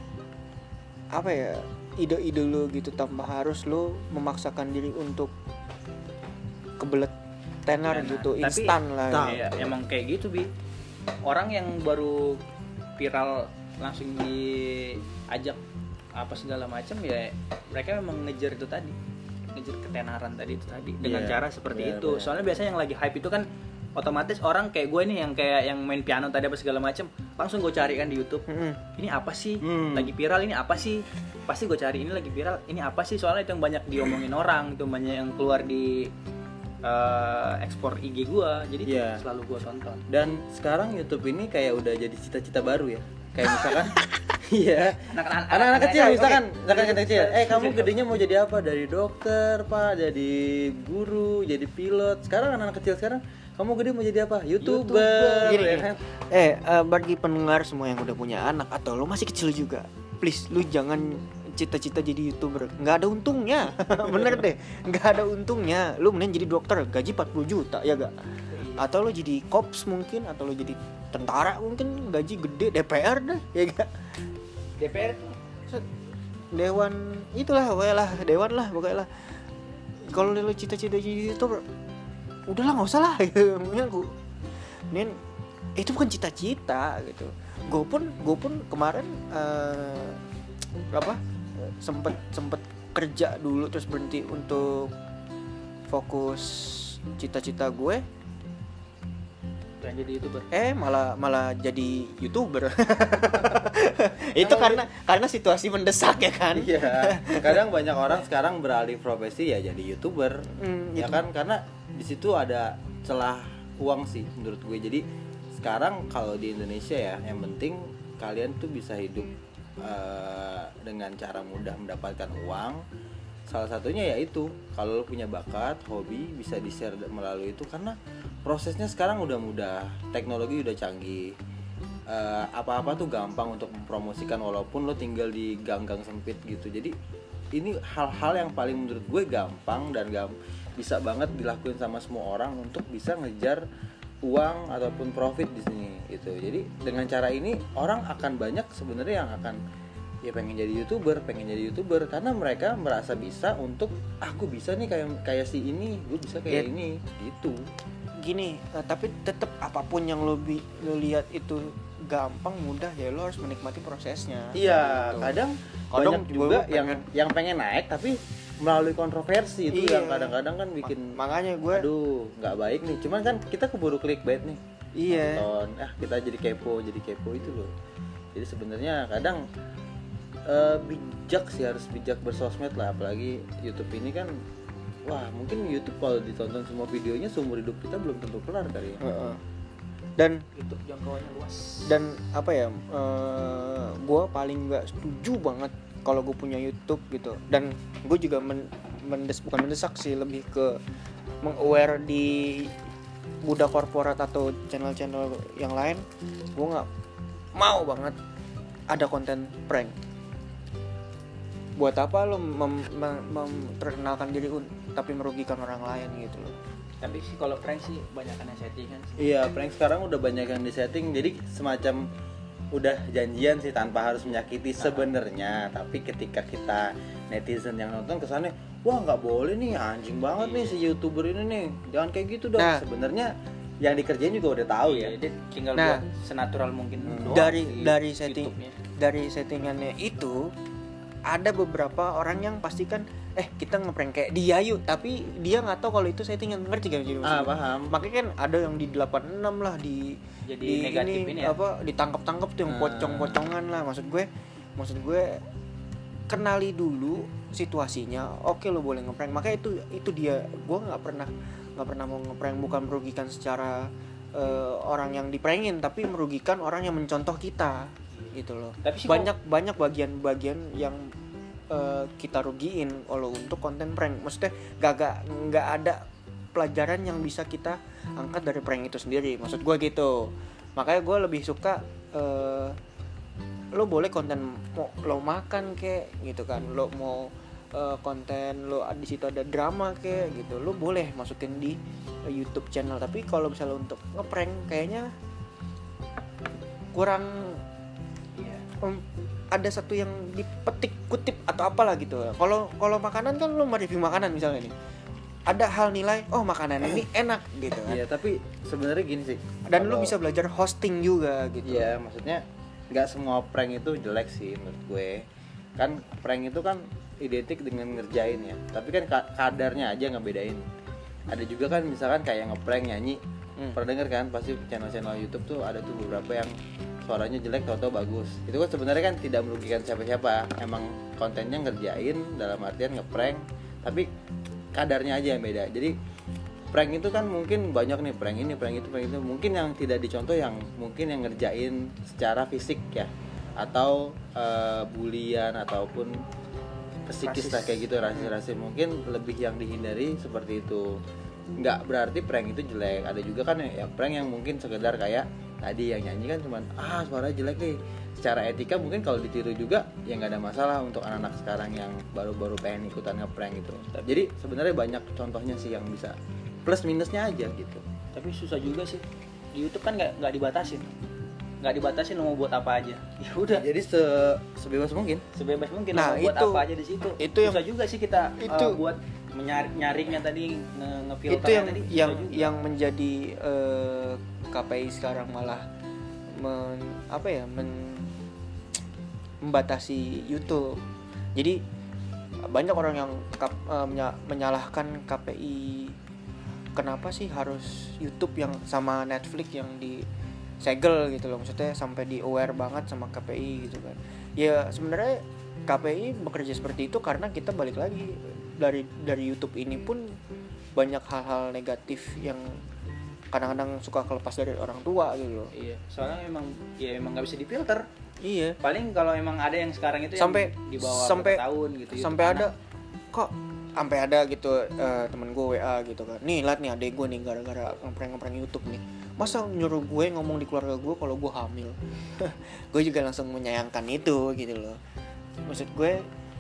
apa ya, ide-ide lu gitu tanpa harus lu memaksakan diri untuk kebelet tenar Tenar. gitu, Tapi, instan lah tak. gitu. ya, emang kayak gitu Bi. Orang yang baru viral langsung diajak apa segala macam ya, mereka memang ngejar itu tadi, ngejar ketenaran tadi itu tadi dengan Iya, cara seperti benar, itu. benar. Soalnya biasanya yang lagi hype itu kan otomatis orang kayak gue nih yang kayak yang main piano tadi apa segala macam, langsung gue cari kan di YouTube. Mm-mm. Ini apa sih? Hmm. Lagi viral ini apa sih? Pasti gue cari ini lagi viral, ini apa sih? Soalnya itu yang banyak diomongin orang, itu banyak yang keluar di eh, ekspor I G gue, jadi itu Iya. selalu gue tonton. Dan sekarang YouTube ini kayak udah jadi cita-cita baru ya. Kayak misalkan iya, Anak-anak anak-anak kecil oke. misalkan, misalkan anak kecil, eh kamu gedenya mau jadi apa? Dari dokter, Pak, jadi guru, jadi pilot. Sekarang anak-anak kecil sekarang, kamu gede mau jadi apa? YouTuber, Gini, ya gini. kan? Eh, uh, bagi pendengar semua yang udah punya anak atau lo masih kecil juga, please lu jangan cita-cita jadi YouTuber. Nggak ada untungnya. Bener deh, nggak ada untungnya. Lu mending jadi dokter, gaji empat puluh juta ya gak? Atau lo jadi cops mungkin, atau lo jadi tentara mungkin, gaji gede, D P R deh ya gak? D P R tuh Dewan itulah pokoknya lah, dewan lah pokoknya lah. Kalau lo cita-cita jadi YouTuber, udahlah nggak usah lah gitu. Mendingan gue, mendingan itu bukan cita-cita gitu. Gue pun gue pun kemarin uh, apa sempet sempet kerja dulu terus berhenti untuk fokus cita-cita gue. pengen jadi YouTuber. Eh malah malah jadi YouTuber. Itu karena karena situasi mendesak ya kan. Iya. Kadang banyak orang sekarang beralih profesi ya jadi YouTuber. Hmm, Ya gitu. kan, karena di situ ada celah uang sih menurut gue. Jadi sekarang kalau di Indonesia ya, yang penting kalian tuh bisa hidup uh, dengan cara mudah mendapatkan uang. Salah satunya yaitu kalau lo punya bakat, hobi, bisa di-share melalui itu, karena prosesnya sekarang udah mudah, teknologi udah canggih. Uh, apa-apa tuh gampang untuk mempromosikan walaupun lo tinggal di gang-gang sempit gitu. Jadi ini hal-hal yang paling menurut gue gampang dan gam bisa banget dilakuin sama semua orang untuk bisa ngejar uang ataupun profit di sini gitu. Jadi dengan cara ini orang akan banyak sebenarnya yang akan ya pengen jadi YouTuber, pengen jadi YouTuber karena mereka merasa bisa untuk aku bisa nih kayak kayak si ini, gue bisa kayak Ya. ini gitu. Gini, uh, tapi tetap apapun yang lo, bi- lo lihat itu gampang, mudah, ya lo harus menikmati prosesnya. Iya, Gitu. kadang Kadang banyak juga juga gue yang pengen- yang pengen naik tapi melalui kontroversi itu Iya. yang kadang-kadang kan bikin Ma- makanya gue aduh nggak baik nih. Cuman kan kita keburu clickbait nih. iya Nonton, ah kita jadi kepo, jadi kepo itu loh. Jadi sebenarnya kadang eh, bijak sih, harus bijak bersosmed lah, apalagi YouTube ini kan wah mungkin YouTube kalau ditonton semua videonya seumur hidup kita belum tentu kelar kali ya. Heeh. dan YouTube jangkauannya luas. dan apa ya, uh, gue paling nggak setuju banget kalau gue punya YouTube gitu. Dan gue juga men- mendes bukan mendesak sih, lebih ke meng-aware di budak korporat atau channel-channel yang lain. Gue nggak mau banget ada konten prank. Buat apa lo mem- mem- memperkenalkan diri un- tapi merugikan orang lain gitu loh. Tapi sih kalau prank sih banyak kan yang settingan sih. Iya, prank sekarang udah banyak yang disetting, jadi semacam udah janjian sih tanpa harus menyakiti sebenarnya. Tapi ketika kita netizen yang nonton kesannya, wah nggak boleh nih, anjing banget nih si YouTuber ini nih, jangan kayak gitu dong. Nah. Sebenarnya yang dikerjain juga udah tahu ya. Iya, dia tinggal Nah. buat senatural mungkin doang dari di dari setting YouTube-nya. dari settingannya itu ada beberapa orang yang pastikan eh kita ngeprank kayak dia yuk, tapi dia nggak tahu kalau itu settingan, ngerti gak jadi Ah, maksudnya? paham. Makanya kan ada yang di delapan puluh enam lah, di Jadi di negatif ini ya? apa ditangkap-tangkap tuh yang Ah. pocong-pocongan lah. Maksud gue maksud gue kenali dulu situasinya. Oke lo boleh ngeprank, makanya itu itu dia, gue nggak pernah nggak pernah mau ngeprank, bukan merugikan secara eh, orang yang diprangin, tapi merugikan orang yang mencontoh kita gitu loh. Tapi sih banyak banyak bagian-bagian yang uh, kita rugiin kalau untuk konten prank. Maksudnya gak gak nggak ada pelajaran yang bisa kita angkat dari prank itu sendiri. Maksud gue gitu. Makanya gue lebih suka uh, lo boleh konten mau lo makan kek gitu kan, lo mau uh, konten lo di situ ada drama kek gitu, lo boleh masukin di uh, YouTube channel. Tapi kalau misalnya untuk ngeprank kayaknya kurang, um, ada satu yang dipetik kutip atau apalah gitu. Kalau kalau makanan kan lo mereview makanan misalnya nih, ada hal nilai, oh makanan ini enak gitu kan. Iya, tapi sebenarnya gini sih. Dan kalau, lo bisa belajar hosting juga gitu. Iya, maksudnya nggak semua prank itu jelek sih menurut gue. Kan prank itu kan identik dengan ngerjain ya, tapi kan kadarnya aja ngebedain. Ada juga kan misalkan kayak ngeprank nyanyi, hmm. pernah denger kan pasti channel-channel YouTube tuh ada tuh beberapa yang suaranya jelek tau-tau bagus. Itu kan sebenarnya kan tidak merugikan siapa-siapa, emang kontennya ngerjain dalam artian ngeprank, tapi kadarnya aja yang beda. Jadi prank itu kan mungkin banyak nih, prank ini, prank itu, prank itu. Mungkin yang tidak dicontoh yang mungkin yang ngerjain secara fisik ya, atau uh, bulian ataupun psikis lah kayak gitu, rasis-rasis. Mungkin lebih yang dihindari seperti itu. Nggak berarti prank itu jelek. Ada juga kan ya prank yang mungkin sekedar kayak tadi yang nyanyi kan cuman ah suara jelek nih. Secara etika mungkin kalau ditiru juga ya nggak ada masalah untuk anak-anak sekarang yang baru-baru pengen ikutan ngeprank gitu. Jadi sebenarnya banyak contohnya sih yang bisa plus minusnya aja gitu. Tapi susah juga sih di YouTube kan nggak nggak dibatasin, nggak dibatasin lo mau buat apa aja. Ya udah. Jadi se sebebas mungkin. Sebebas mungkin nah, lo mau buat itu, apa aja di situ. Itu susah yang, juga sih kita itu, uh, buat menyari nyaringnya tadi nge ngefilternya itu yang tadi. Yang juga. yang menjadi uh, K P I sekarang malah men, apa ya men, membatasi YouTube. Jadi banyak orang yang uh, menyalahkan K P I. Kenapa sih harus YouTube yang sama Netflix yang disegel gitu loh, maksudnya sampai di aware banget sama K P I gitu kan. Ya sebenarnya K P I bekerja seperti itu karena kita balik lagi dari dari YouTube ini pun banyak hal-hal negatif yang kadang-kadang suka kelepas dari orang tua gitu loh. Iya, soalnya emang ya emang nggak bisa difilter. Iya. Paling kalau emang ada yang sekarang itu sampai yang di bawah sampai tahun gitu. Sampai ada kok sampai ada gitu uh, temen gue W A gitu kan, nih liat nih adek gue nih gara-gara ngeprank-ngeprank YouTube nih, masa nyuruh gue ngomong di keluarga gue kalau gue hamil. Gue juga langsung menyayangkan itu gitu loh. Maksud gue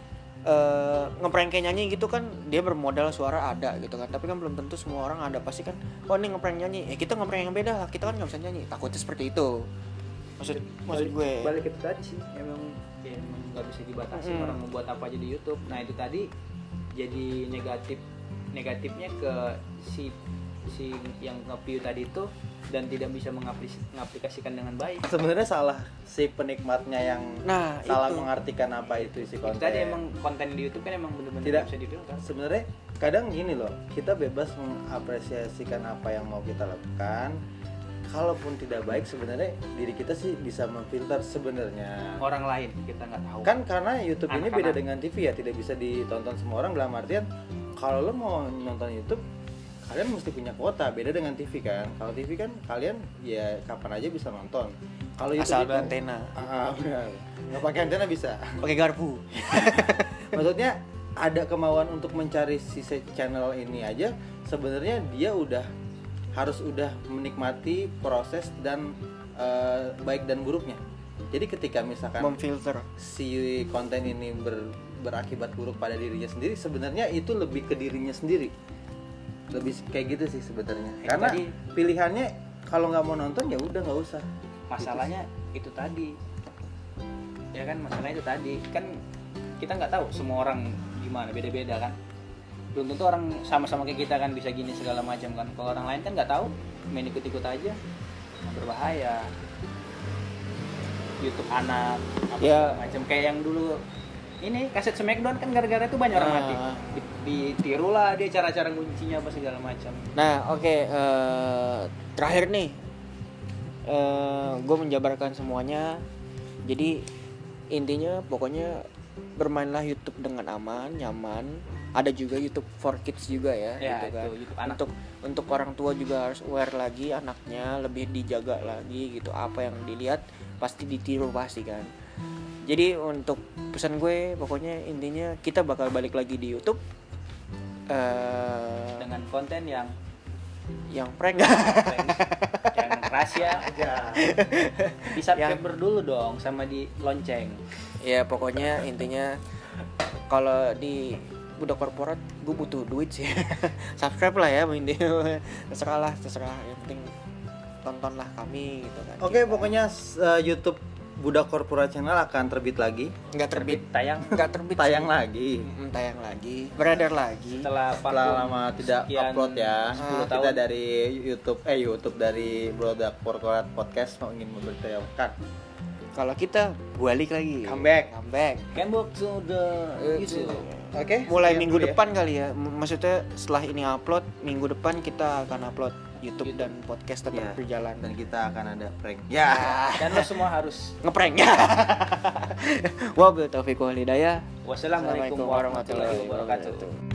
uh, ngeprank kayak nyanyi gitu kan, dia bermodal suara ada gitu kan, tapi kan belum tentu semua orang ada. Pasti kan oh nih ngeprank nyanyi, ya kita ngeprank yang beda, kita kan nggak bisa nyanyi, takutnya seperti itu. Maksud maksud gue balik itu tadi sih, emang ya emang nggak bisa dibatasi hmm. orang mau buat apa aja di YouTube. Nah itu tadi jadi negatif negatifnya ke si si yang nge-view tadi itu dan tidak bisa mengaplikasikan dengan baik. Sebenarnya salah si penikmatnya yang nah, salah itu. mengartikan apa itu isi konten. Itu tadi emang konten di YouTube kan emang benar-benar tidak bisa difilter. Sebenarnya kadang gini loh, kita bebas mengapresiasikan apa yang mau kita lakukan. Kalaupun tidak baik sebenarnya diri kita sih bisa memfilter sebenarnya. Orang lain kita nggak tahu. Kan karena YouTube Anak-anak. ini beda dengan T V ya, tidak bisa ditonton semua orang. Dalam artian kalau lo mau nonton YouTube kalian mesti punya kuota, beda dengan T V kan. Kalau T V kan kalian ya kapan aja bisa nonton. Kalau YouTube asal itu, ada antena. Ah, benar. Nggak pakai antena bisa. Pakai garpu. Maksudnya ada kemauan untuk mencari si channel ini aja, sebenarnya dia udah harus udah menikmati proses dan uh, baik dan buruknya. Jadi ketika misalkan memfilter si konten ini ber, berakibat buruk pada dirinya sendiri, sebenarnya itu lebih ke dirinya sendiri. Lebih kayak gitu sih sebenarnya. Karena tadi, pilihannya kalau nggak mau nonton ya udah nggak usah. Masalahnya gitu. Itu tadi. Ya kan masalahnya itu tadi. Kan kita nggak tahu semua orang gimana, beda-beda kan. Belum tentu orang sama-sama kayak kita kan bisa gini segala macam kan. Kalau orang lain kan nggak tahu, main ikut-ikut aja, berbahaya. YouTube anak, apa ya. segala macam kayak yang dulu ini kaset Smackdown kan gara-gara itu banyak orang nah. mati. Ditiru lah dia cara-cara nguncinya apa segala macam. Nah oke okay, uh, terakhir nih, uh, gue menjabarkan semuanya. Jadi intinya pokoknya bermainlah YouTube dengan aman, nyaman. Ada juga YouTube for kids juga ya, ya gitu kan. YouTube anak. Untuk untuk orang tua juga harus aware lagi anaknya, lebih dijaga lagi gitu. Apa yang dilihat pasti ditiru pasti kan. Jadi untuk pesan gue pokoknya intinya kita bakal balik lagi di YouTube uh, dengan konten yang yang prank yang rahasia aja. di subscribe dulu dong sama di lonceng. Ya pokoknya intinya kalau di budak korporat gue butuh duit sih. Subscribe lah ya intinya. Terserah lah, terserah, yang penting tontonlah kami gitu kan. Oke, pokoknya uh, YouTube Budak Korporat Channel akan terbit lagi. Nggak terbit, tayang nggak terbit Tayang sih. lagi. Mm, tayang lagi, beredar lagi. setelah Setelah lama tidak sekian upload ya. sepuluh Kita tahun. dari YouTube eh YouTube dari Budak Korporat Podcast mau ingin memberitahukan. Kalau kita balik lagi, Comeback. comeback. Can back to the YouTube. Oke. Mulai sekian minggu dulu ya. depan kali ya. M- Maksudnya setelah ini upload, minggu depan kita akan upload YouTube, dan podcast tetap Ya. berjalan. Dan kita akan ada prank. Ya. Dan lo semua harus Ngeprank ya. Wabillahi taufiq wal hidayah. wassalamualaikum warahmatullahi wabarakatuh.